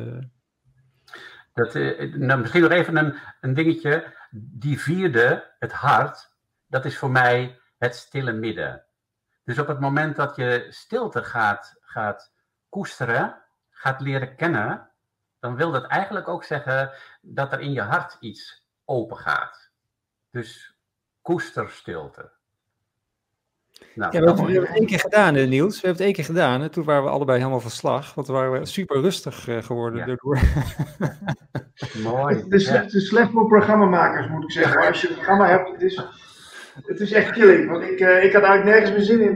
misschien nog even een dingetje. Die vierde, het hart, dat is voor mij het stille midden. Dus op het moment dat je stilte gaat koesteren, gaat leren kennen, dan wil dat eigenlijk ook zeggen dat er in je hart iets open gaat. Dus koester stilte. Nou, ja, we hebben het 1 keer gedaan, Niels. We hebben het 1 keer gedaan. En toen waren we allebei helemaal van slag. Want we waren super rustig geworden daardoor. Mooi. Het is slecht voor programmamakers, moet ik zeggen. Als je een programma hebt, het is echt killing. Want ik had eigenlijk nergens meer zin in.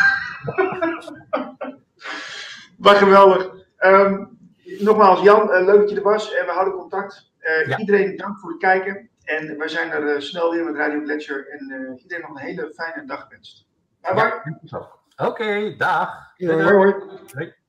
Maar geweldig. Nogmaals, Jan, leuk dat je er was. En we houden contact. Iedereen dank voor het kijken. En wij zijn er snel weer met Radio Gletscher. En iedereen nog een hele fijne dag gewenst. Bye bye. Oké, dag. Hoi. Hoi.